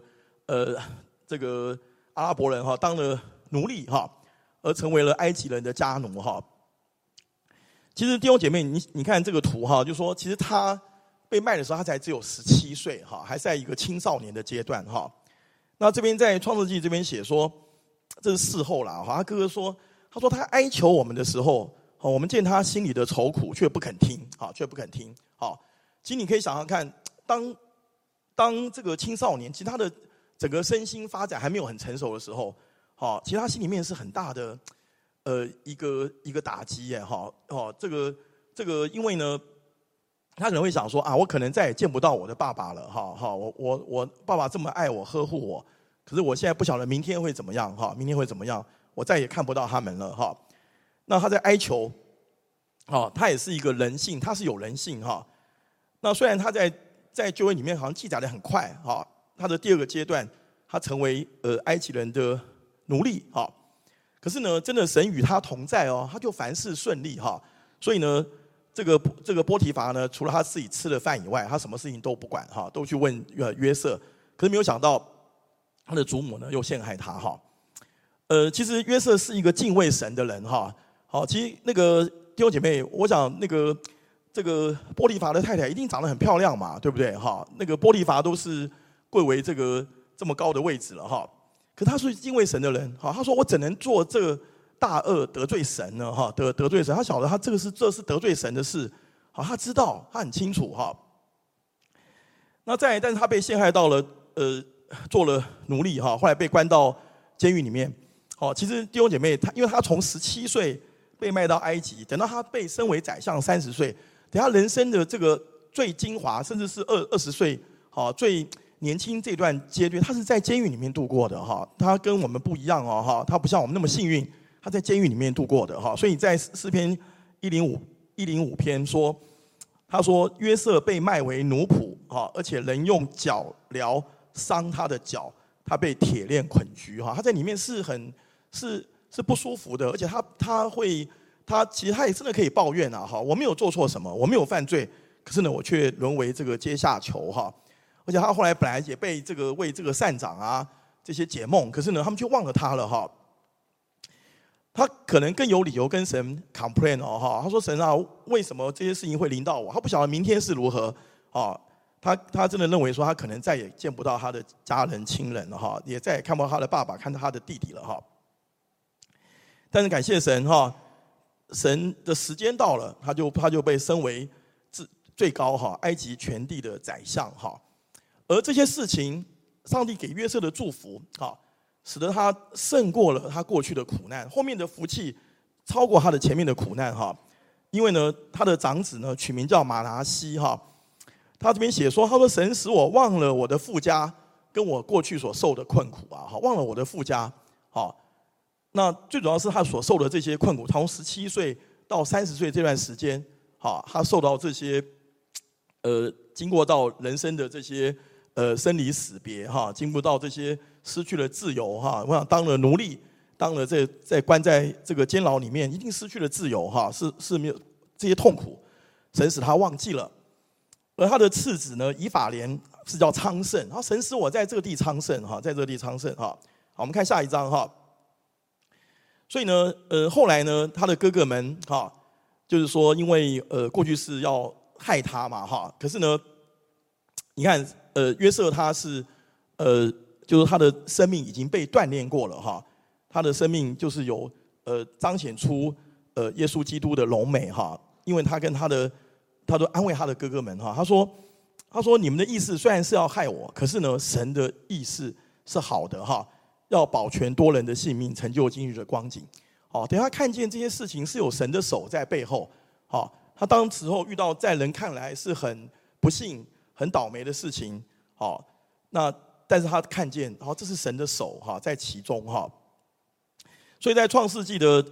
阿拉伯人哈，当了奴隶哈，而成为了埃及人的家奴哈。其实弟兄姐妹，你看这个图哈，就说其实他被卖的时候，他才只有17岁哈，还在一个青少年的阶段哈。那这边在创世纪这边写说，这是事后啦哈。他哥哥说，他说他哀求我们的时候，我们见他心里的愁苦，却不肯听，却不肯听。好，其实你可以想想看，当这个青少年，其实他的整个身心发展还没有很成熟的时候。好，其实他心里面是很大的，一个打击耶，哈，这个，因为呢，他可能会想说啊，我可能再也见不到我的爸爸了，哈，我爸爸这么爱我呵护我，可是我现在不晓得明天会怎么样，哈，明天会怎么样，我再也看不到他们了，哈。那他在哀求，他也是一个人性，他是有人性哈。那虽然他在旧约里面好像记载的很快，哈，他的第2个阶段，他成为埃及人的奴隶哈，可是呢，真的神与他同在哦，他就凡事顺利哈。所以呢，这个波提乏呢，除了他自己吃的饭以外，他什么事情都不管哈，都去问约瑟。可是没有想到，他的祖母呢又陷害他哈。其实约瑟是一个敬畏神的人哈。好，其实那个弟兄姐妹，我想这个波提乏的太太一定长得很漂亮嘛，对不对哈？那个波提乏都是贵为这么高的位置了哈。可他是敬畏神的人，他说我怎能做这个大恶得罪神呢？哈，得罪神，他晓得他这是得罪神的事，好，他知道，他很清楚哈。那但是他被陷害到了做了奴隶哈，后来被关到监狱里面。好，其实弟兄姐妹，因为他从17岁被卖到埃及，等到他被升为宰相30岁，等他人生的这个最精华，甚至是20岁，好最年轻这段阶段，他是在监狱里面度过的哈。他跟我们不一样哦哈，他不像我们那么幸运，他在监狱里面度过的哈。所以在诗篇105篇说，他说约瑟被卖为奴仆哈，而且人用脚镣伤他的脚，他被铁链捆拘哈。他在里面是不舒服的，而且其实他也真的可以抱怨啊哈，我没有做错什么，我没有犯罪，可是呢，我却沦为这个阶下囚哈。而且他后来本来也被为这个善长啊这些解梦，可是呢，他们却忘了他了哈。他可能更有理由跟神 complain 哦哈，他说神啊，为什么这些事情会临到我？他不晓得明天是如何啊。他真的认为说他可能再也见不到他的家人亲人了哈，也再也看不到他的爸爸，看到他的弟弟了哈。但是感谢神哈，神的时间到了，他就被升为最高哈埃及全地的宰相哈。而这些事情，上帝给约瑟的祝福，使得他胜过了他过去的苦难，后面的福气超过他的前面的苦难哈。 因为呢，他的长子呢取名叫马拿西哈。他这边写说，他说神使我忘了我的父家跟我过去所受的困苦啊，好，忘了我的父家，好。那最主要是他所受的这些困苦，从17岁到30岁这段时间，好，他受到这些，经过到人生的这些生离死别哈，经过到这些失去了自由哈，我想当了奴隶，当了在关在这个监牢里面，一定失去了自由哈，是没有这些痛苦，神使他忘记了。而他的次子呢，以法莲是叫昌盛，然后神使我在这个地昌盛哈，在这个地昌盛哈。好，我们看下一章哈。所以呢，后来呢，他的哥哥们哈，就是说，因为过去是要害他嘛哈，可是呢，你看约瑟他是就是他的生命已经被锻炼过了哈，他的生命就是有彰显出耶稣基督的荣美哈，因为他都安慰他的哥哥们哈，他说你们的意思虽然是要害我，可是呢，神的意思是好的哈。要保全多人的性命，成就今日的光景。好，等他看见这些事情是有神的手在背后。好，他当时候遇到在人看来是很不幸、很倒霉的事情。好，那但是他看见，好，这是神的手哈在其中哈。所以在创世纪的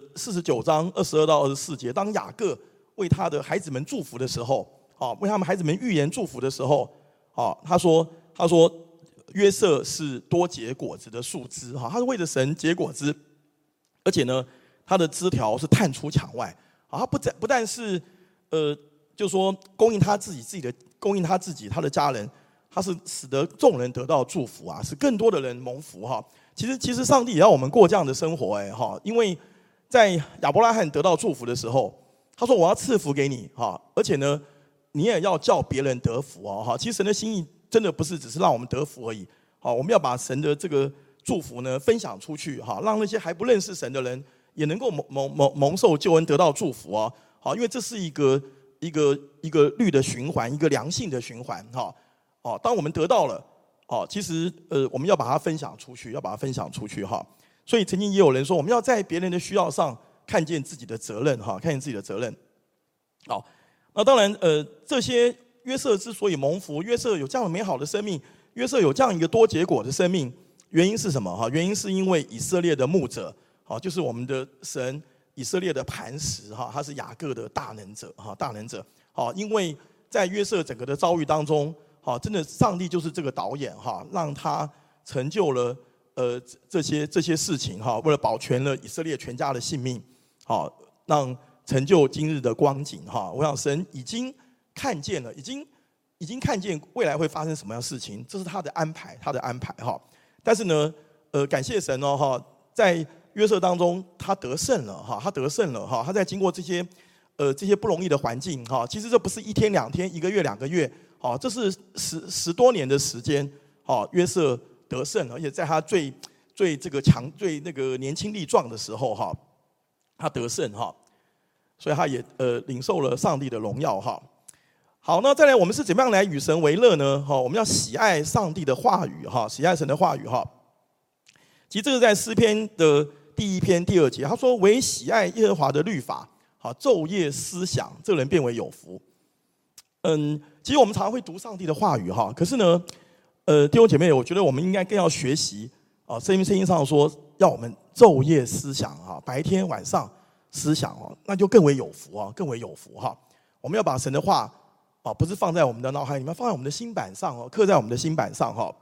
49章22到24节，当雅各为他的孩子们祝福的时候，好，为他们孩子们预言祝福的时候，好，他说。约瑟是多结果子的树枝哈，他是为着神结果子，而且呢，他的枝条是探出墙外啊，他不但是就说供应他自己他的家人，他是使得众人得到祝福啊，使更多的人蒙福哈。其实上帝也要我们过这样的生活哈，因为在亚伯拉罕得到祝福的时候，他说我要赐福给你哈，而且呢，你也要叫别人得福哦哈。其实神的心意。真的不是只是让我们得福而已，好，我们要把神的这个祝福呢分享出去，哈，让那些还不认识神的人也能够蒙受救恩，得到祝福啊，好，因为这是一个律的循环，一个良性的循环，哈，哦，当我们得到了，哦，其实我们要把它分享出去，哈，所以曾经也有人说，我们要在别人的需要上看见自己的责任，哈，看见自己的责任，好，那当然这些。约瑟之所以蒙福，约瑟有这样美好的生命，约瑟有这样一个多结果的生命，原因是什么？哈，原因是因为以色列的牧者，好，就是我们的神，以色列的磐石，哈，他是雅各的大能者，哈，大能者，好，因为在约瑟整个的遭遇当中，好，真的上帝就是这个导演，哈，让他成就了这些事情，哈，为了保全了以色列全家的性命，好，让成就今日的光景，哈，我想神已经。看见了，已经看见未来会发生什么样的事情，这是他的安排哈。但是呢，感谢神哦哈，在约瑟当中他得胜了哈，他在经过这些不容易的环境哈，其实这不是1天2天、1个月2个月，好，这是十多年的时间，好，约瑟得胜，而且在他最这个最那个年轻力壮的时候哈，他得胜哈，所以他也领受了上帝的荣耀哈。好，那再来，我们是怎么样来与神为乐呢？哈，我们要喜爱上帝的话语，哈，喜爱神的话语，哈。其实这个在诗篇的第1篇第2节，他说：“唯喜爱耶和华的律法，好，昼夜思想，这人变为有福。”其实我们常常会读上帝的话语，哈，可是呢，弟兄姐妹，我觉得我们应该更要学习啊，圣经上说要我们昼夜思想，哈，白天晚上思想哦，那就更为有福啊，更为有福哈。我们要把神的话。不是放在我们的脑海里面，放在我们的心板上哦，刻在我们的心板上哈。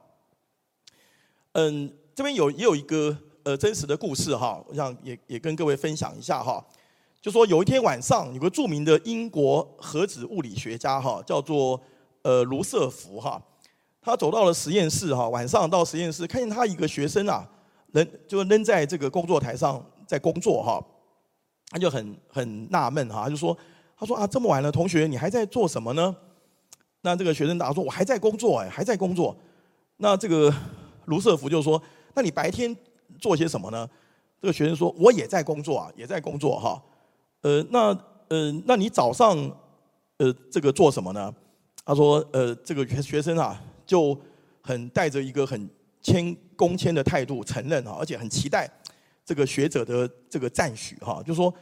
这边也有一个真实的故事哈，我想也跟各位分享一下哈。就说有一天晚上，有个著名的英国核子物理学家哈，叫做卢瑟福哈，他走到了实验室哈，晚上到实验室看见他一个学生啊，扔在这个工作台上在工作哈，他就很纳闷哈，他说啊，这么晚了，同学你还在做什么呢？那这个学生答说，我还在工作，还在工作。那这个卢瑟福就说，那你白天做些什么呢？这个学生说，我也在工作啊，也在工作哈。那你早上这个做什么呢？他说，这个学生啊，就带着一个很恭谦的态度承认哈，而且很期待这个学者的这个赞许哈，就说。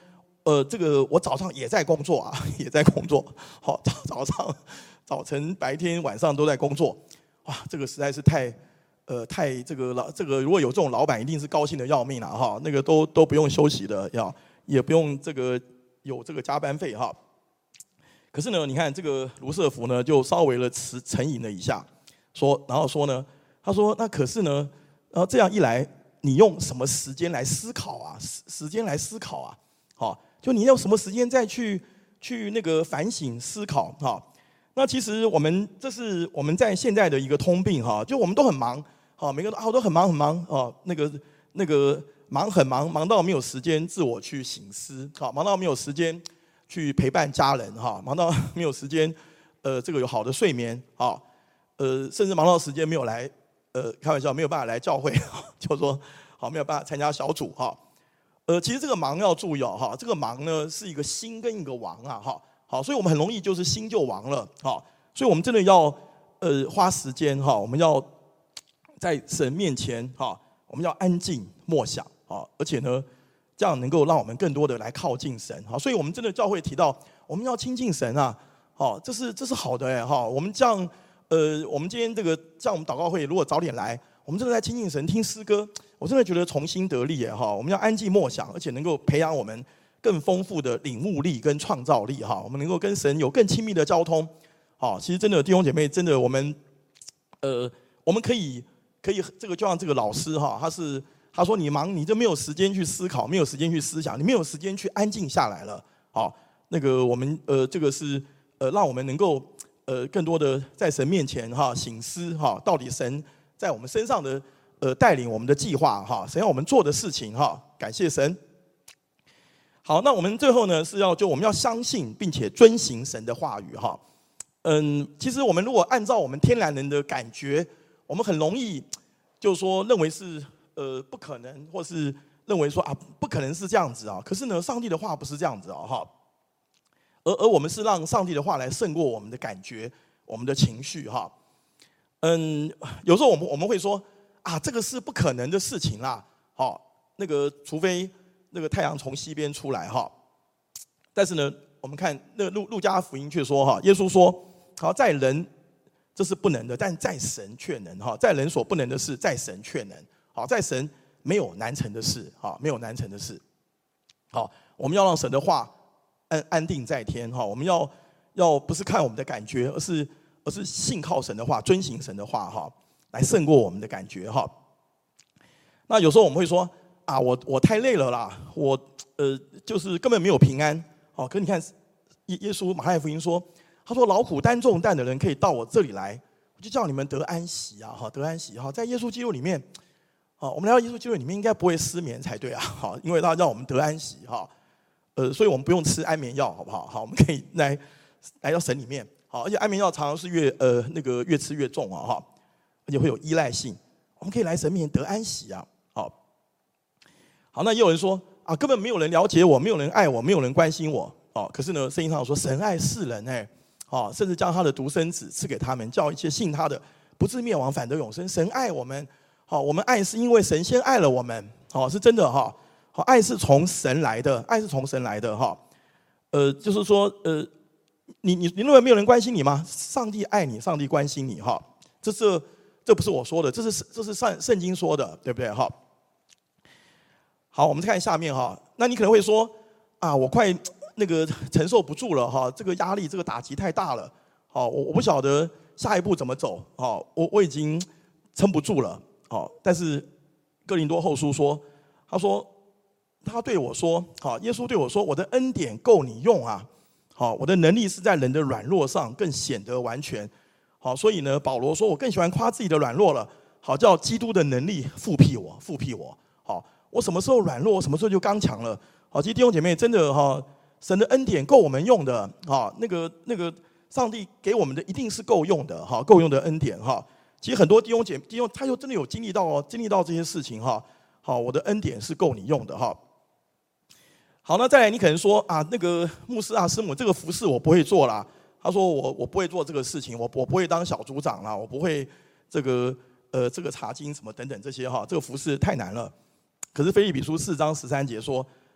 这个我早上也在工作啊，也在工作。好，早晨、白天、晚上都在工作。哇，这个实在是太这个如果有这种老板，一定是高兴的要命了哈。那个都不用休息的，也不用有这个加班费哈。可是呢，你看这个卢瑟福呢，就稍微的沉吟了一下，然后说呢，他说那可是呢，这样一来，你用什么时间来思考啊？时间来思考啊？好，就你有什么时间再去那个反省思考哈？那其实这是我们在现在的一个通病哈，就我们都很忙，好，每个都很忙哦，那个忙到没有时间自我去省思，好，忙到没有时间去陪伴家人哈，忙到没有时间这个有好的睡眠，好，甚至忙到时间没有来开玩笑没有办法来教会，就说好没有办法参加小组哈。其实这个忙要注意哦，哈，这个忙呢是一个心跟一个王啊，哈，好，所以我们很容易就是心就亡了，哈，所以我们真的要花时间哈，我们要在神面前哈，我们要安静默想啊，而且呢，这样能够让我们更多的来靠近神，好，所以我们真的教会提到我们要亲近神啊，好，这是好的哎哈，我们这样我们今天像我们祷告会如果早点来，我们真的在亲近神听诗歌。我真的觉得重新得力耶哈！我们要安静默想，而且能够培养我们更丰富的领悟力跟创造力哈。我们能够跟神有更亲密的交通。好，其实真的弟兄姐妹，真的我们可以这个就像这个老师哈，他说你忙，你就没有时间去思考，没有时间去思想，你没有时间去安静下来了。好，那个我们这个是让我们能够更多的在神面前哈省思哈，到底神在我们身上的。带领我们的计划哈，神要我们做的事情哈，感谢神。好，那我们最后呢我们要相信并且遵行神的话语哈。其实我们如果按照我们天然人的感觉，我们很容易就是说认为是不可能，或是认为说啊不可能是这样子啊。可是呢，上帝的话不是这样子啊哈。而我们是让上帝的话来胜过我们的感觉、我们的情绪哈。有时候我们会说。啊，这个是不可能的事情啦！好，那个除非那个太阳从西边出来哈。但是呢，我们看那个路加福音却说哈，耶稣说，好，在人这是不能的，但在神却能哈，在人所不能的事，在神却能。好，在神没有难成的事，哈，没有难成的事。好，我们要让神的话安定在天哈，我们要不是看我们的感觉，而是信靠神的话，遵行神的话哈。来胜过我们的感觉哈。那有时候我们会说啊，我太累了啦，我就是根本没有平安。好，可你看耶稣马太福音说，他说劳苦担重担的人可以到我这里来，我就叫你们得安息啊，哈，得安息哈。在耶稣基督里面，好，我们来到耶稣基督里面应该不会失眠才对啊，好，因为他让我们得安息哈。所以我们不用吃安眠药，好不好？好，我们可以来到神里面，好，而且安眠药常常是越吃越重啊，哈。而且会有依赖性，我们可以来神面前得安息啊！好，那也有人说啊，根本没有人了解我，没有人爱我，没有人关心我。哦，可是呢，圣经上说神爱世人哎，甚至将他的独生子赐给他们，叫一切信他的不至灭亡，反得永生。神爱我们，我们爱是因为神先爱了我们，是真的哈。好，爱是从神来的，爱是从神来的哈。就是说你认为没有人关心你吗？上帝爱你，上帝关心你哈。这不是我说的，这是圣经说的，对不对？哈，好，我们看下面哈。那你可能会说啊，我快那个承受不住了哈，这个压力，这个打击太大了。好，我不晓得下一步怎么走。好，我已经撑不住了。好，但是哥林多后书说，他对我说，好，耶稣对我说，我的恩典够你用啊。好，我的能力是在人的软弱上更显得完全。好，所以呢，保罗说我更喜欢夸自己的软弱了，好叫基督的能力复辟我。好，我什么时候软弱，我什么时候就刚强了。好，其实弟兄姐妹真的哈，神的恩典够我们用的。好，那个上帝给我们的一定是够用的。好，够用的恩典哈。其实很多弟兄他又真的有经历到这些事情哈。好，我的恩典是够你用的哈。好，那再来你可能说啊，那个牧师啊师母，这个服事我不会做啦。他说我不会做这个事情，我不会当小组长啦，我不会这个查经什么等等这些哈，这个服事太难了。可是腓立比书4章13节说，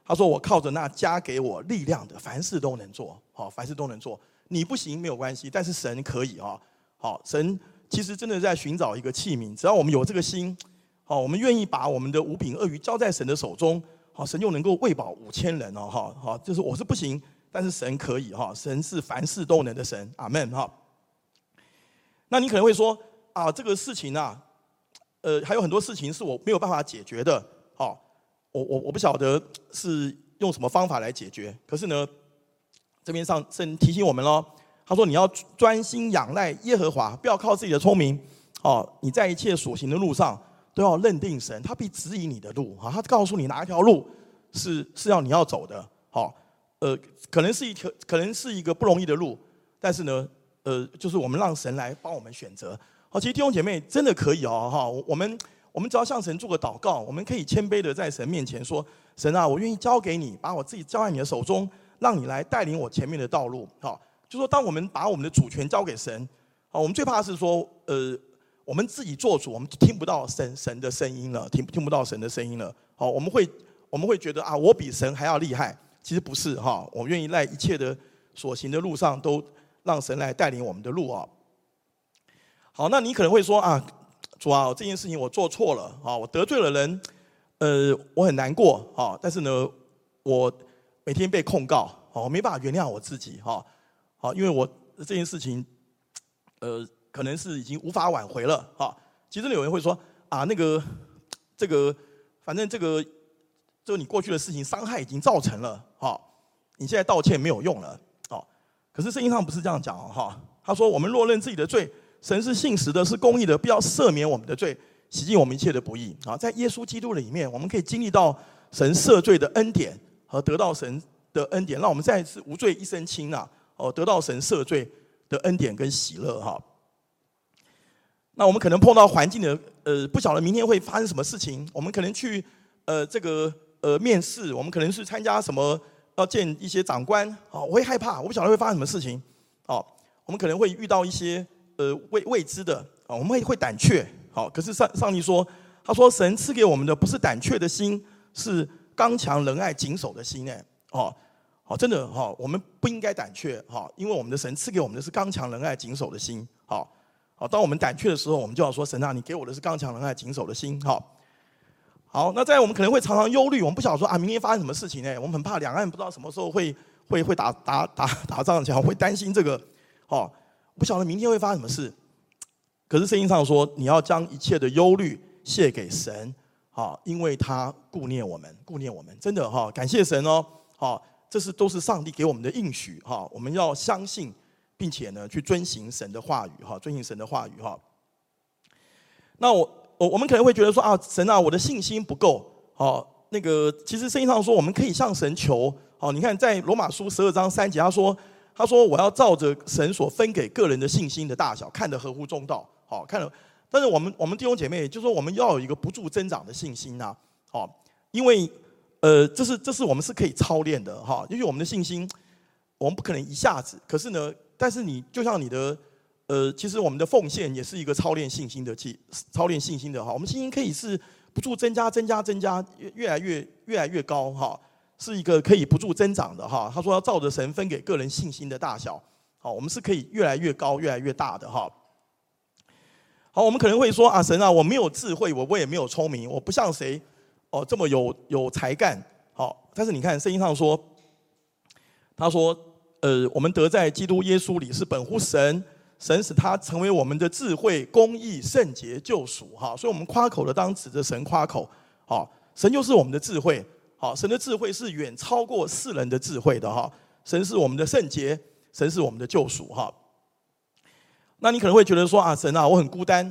他说我靠着那加给我力量的，凡事都能做。好，凡事都能做。你不行没有关系，但是神可以啊。好，神其实真的在寻找一个器皿，只要我们有这个心，好，我们愿意把我们的五饼二鱼交在神的手中，好，神就能够喂饱5000人哦。好，就是我是不行，但是神可以哈，神是凡事都能的神，阿们哈。那你可能会说啊，这个事情啊，还有很多事情是我没有办法解决的，好，我不晓得是用什么方法来解决。可是呢，这边上圣提醒我们咯，他说你要专心仰赖耶和华，不要靠自己的聪明，好，你在一切所行的路上都要认定神，他必指引你的路，好，他告诉你哪一条路是要你要走的，好，可能是一个不容易的路，但是呢，就是我们让神来帮我们选择。好，其实弟兄姐妹真的可以哦，哈，我们只要向神做个祷告，我们可以谦卑的在神面前说：神啊，我愿意交给你，把我自己交在你的手中，让你来带领我前面的道路。好，就说当我们把我们的主权交给神，好，我们最怕的是说，我们自己做主，我们听不到神的声音了，听不到神的声音了。好，我们会觉得啊，我比神还要厉害。其实不是哈，我愿意在一切的所行的路上都让神来带领我们的路啊。好，那你可能会说啊，主啊，这件事情我做错了啊，我得罪了人，我很难过啊。但是呢，我每天被控告，我没办法原谅我自己哈。好，因为我这件事情，可能是已经无法挽回了哈。其实有人会说啊，这个，反正这个你过去的事情伤害已经造成了哈，你现在道歉没有用了。好，可是圣经上不是这样讲哈。他说我们若认自己的罪，神是信实的，是公义的，必要赦免我们的罪，洗净我们一切的不义。啊，在耶稣基督里面，我们可以经历到神赦罪的恩典和得到神的恩典，让我们再一次无罪一身轻啊！得到神赦罪的恩典跟喜乐哈。那我们可能碰到环境的不晓得明天会发生什么事情，我们可能去面试，我们可能是参加什么要见一些长官，我会害怕，我不晓得会发生什么事情，我们可能会遇到一些未知的，我们会胆怯，好，可是上帝说，他说神赐给我们的不是胆怯的心，是刚强仁爱谨守的心，好，真的哈，我们不应该胆怯哈，因为我们的神赐给我们的是刚强仁爱谨守的心，好，当我们胆怯的时候，我们就要说神啊，你给我的是刚强仁爱谨守的心，好，那在我们可能会常常忧虑，我们不晓得说啊，明天发生什么事情呢？我们很怕两岸不知道什么时候会打仗，讲会担心这个，不晓得明天会发生什么事。可是圣经上说，你要将一切的忧虑卸给神，因为他顾念我们，真的感谢神哦，这都是上帝给我们的应许，我们要相信，并且呢去遵行神的话语，遵行神的话语。那我们可能会觉得说啊，神啊，我的信心不够，其实圣经上说我们可以向神求，你看在罗马书12章3节，他说我要照着神所分给个人的信心的大小，看得合乎中道，看了。但是我们弟兄姐妹，就说我们要有一个不住增长的信心呐，因为这是我们是可以操练的哈，因为我们的信心，我们不可能一下子，可是呢，但是你就像你的其实我们的奉献也是一个操练信心的哈，我们信心可以是不住增加，越来越高哈，是一个可以不住增长的哈。他说要照着神分给个人信心的大小，好，我们是可以越来越高、越来越大的哈。好，我们可能会说啊，神啊，我没有智慧，我也没有聪明，我不像谁这么有才干，好，但是你看圣经上说，他说我们得在基督耶稣里是本乎神。神使他成为我们的智慧、公义、圣洁、救赎，所以我们夸口的当指着神夸口，神就是我们的智慧，神的智慧是远超过世人的智慧的，神是我们的圣洁，神是我们的救赎，那你可能会觉得说啊，神啊，我很孤单，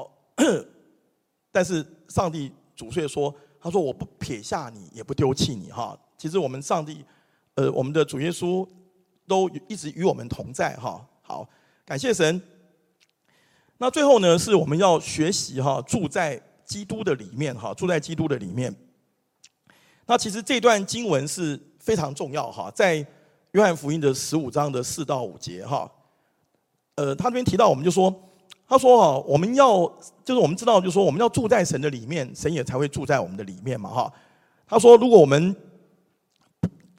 但是上帝主却说，他说我不撇下你，也不丢弃你，其实我们上帝，我们的主耶稣都一直与我们同在，好。感谢神。那最后呢，是我们要学习住在基督的里面，住在基督的里面。那其实这段经文是非常重要，在约翰福音的15章的4到5节，他这边提到，我们就说，他说我们要就是我们知道，就是说我们要住在神的里面，神也才会住在我们的里面嘛，他说如果我们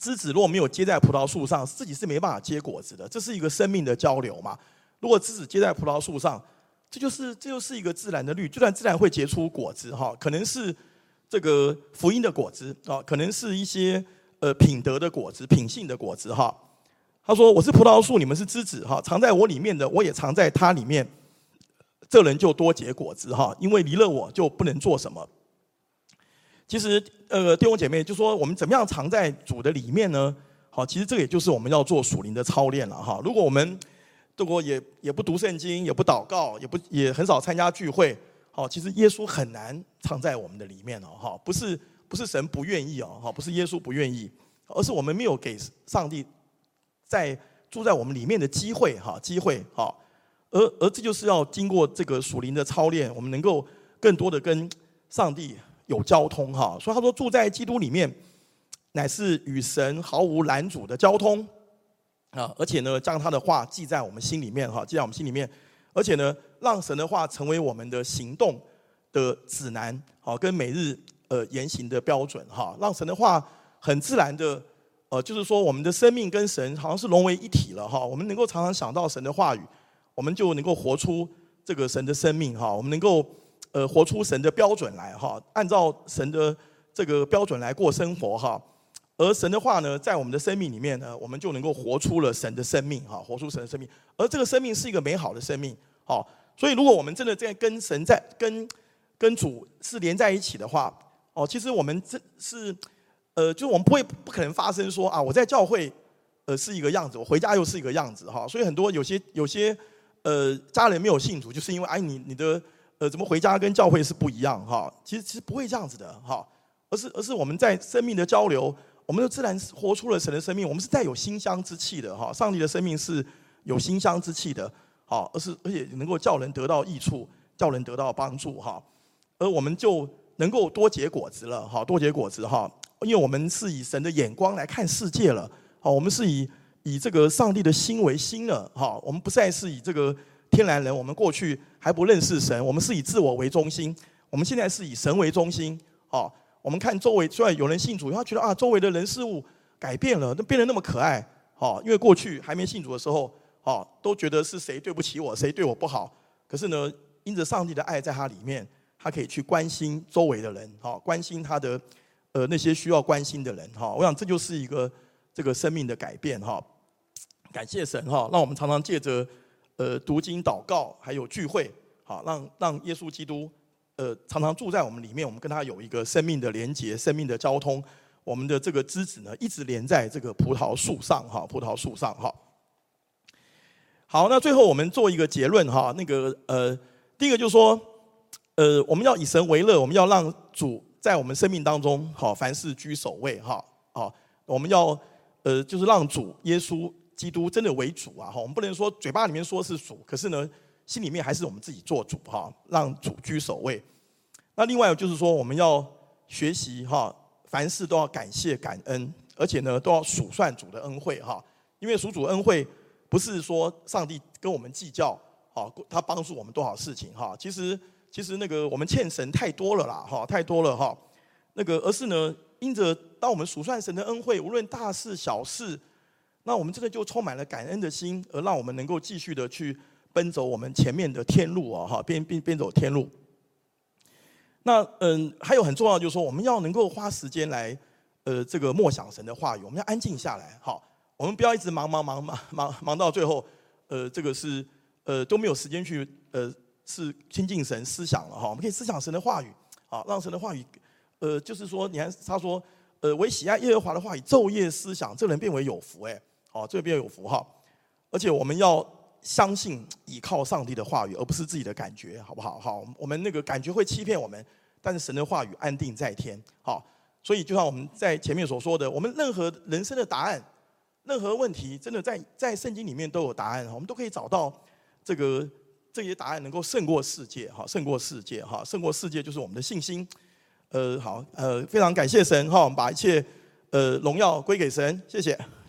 枝子如果没有接在葡萄树上，自己是没办法结果子的。这是一个生命的交流嘛。如果枝子接在葡萄树上，这就是一个自然的律，就算自然会结出果子哈，可能是这个福音的果子啊，可能是一些品德的果子、品性的果子哈。他说：“我是葡萄树，你们是枝子哈，藏在我里面的，我也藏在他里面。这人就多结果子哈，因为离了我就不能做什么。”其实弟兄姐妹就说我们怎么样藏在主的里面呢？好，其实这个也就是我们要做属灵的操练了哈。如果我们也不读圣经，也不祷告，也很少参加聚会，好，其实耶稣很难藏在我们的里面哦哈。不是神不愿意哦哈，不是耶稣不愿意，而是我们没有给上帝住在我们里面的机会哈，而这就是要经过这个属灵的操练，我们能够更多的跟上帝有交通哈。所以他说住在基督里面，乃是与神毫无拦阻的交通啊，而且呢，将他的话记在我们心里面哈，记在我们心里面，而且呢，让神的话成为我们的行动的指南，好，跟每日言行的标准哈，让神的话很自然的就是说我们的生命跟神好像是融为一体了哈，我们能够常常想到神的话语，我们就能够活出这个神的生命哈，我们能够活出神的标准来哈，按照神的这个标准来过生活哈。而神的话呢，在我们的生命里面呢，我们就能够活出了神的生命哈，活出神的生命。而这个生命是一个美好的生命，好，所以如果我们真的在跟神跟主是连在一起的话，其实我们这是就是我们不可能发生说啊，我在教会是一个样子，我回家又是一个样子哈。所以很多有些家人没有信主，就是因为你的怎么回家跟教会是不一样哈。其实不会这样子的哈，而是我们在生命的交流。我们就自然活出了神的生命，我们是带有馨香之气的哈。上帝的生命是有馨香之气的，好，而且能够叫人得到益处，叫人得到帮助哈。而我们就能够多结果子了哈，多结果子哈，因为我们是以神的眼光来看世界了，好，我们是以这个上帝的心为心了哈。我们不再是以这个天然人，我们过去还不认识神，我们是以自我为中心，我们现在是以神为中心，好。我们看周围，虽然有人信主，他觉得啊，周围的人事物改变了，变得那么可爱，因为过去还没信主的时候，都觉得是谁对不起我，谁对我不好。可是呢，因着上帝的爱在他里面，他可以去关心周围的人，关心他的那些需要关心的人，我想这就是一个这个生命的改变，感谢神，让我们常常借着读经、祷告，还有聚会，让耶稣基督。常常住在我们里面，我们跟他有一个生命的连结、生命的交通。我们的这个枝子呢，一直连在这个葡萄树上哈，葡萄树上哈。好，那最后我们做一个结论哈。第一个就是说，我们要以神为乐，我们要让主在我们生命当中好，凡事居首位哈。我们要就是让主耶稣基督真的为主啊哈。我们不能说嘴巴里面说是主，可是呢，心里面还是我们自己做主哈，让主居首位。那另外就是说，我们要学习哈，凡事都要感谢感恩，而且呢，都要数算主的恩惠哈。因为数主恩惠不是说上帝跟我们计较，他帮助我们多少事情哈。其实那个我们欠神太多了啦哈，太多了哈。而是呢，因着当我们数算神的恩惠，无论大事小事，那我们真的就充满了感恩的心，而让我们能够继续的去奔走我们前面的天路啊哈，边走天路。那还有很重要就是说，我们要能够花时间来这个默想神的话语，我们要安静下来，好，我们不要一直忙到最后，这个是都没有时间去是亲近神思想了哈。我们可以思想神的话语，啊，让神的话语，就是说，你看他说，为喜爱耶和华的话语昼夜思想，这人变为有福这个变为有福哈。而且我们要相信倚靠上帝的话语，而不是自己的感觉，好不好？好，我们那个感觉会欺骗我们，但是神的话语安定在天。好，所以就像我们在前面所说的，我们任何人生的答案，任何问题，真的在圣经里面都有答案，我们都可以找到这些答案，能够胜过世界，哈，胜过世界，哈，胜过世界就是我们的信心。好，非常感谢神，哈，我们把一切荣耀归给神，谢谢。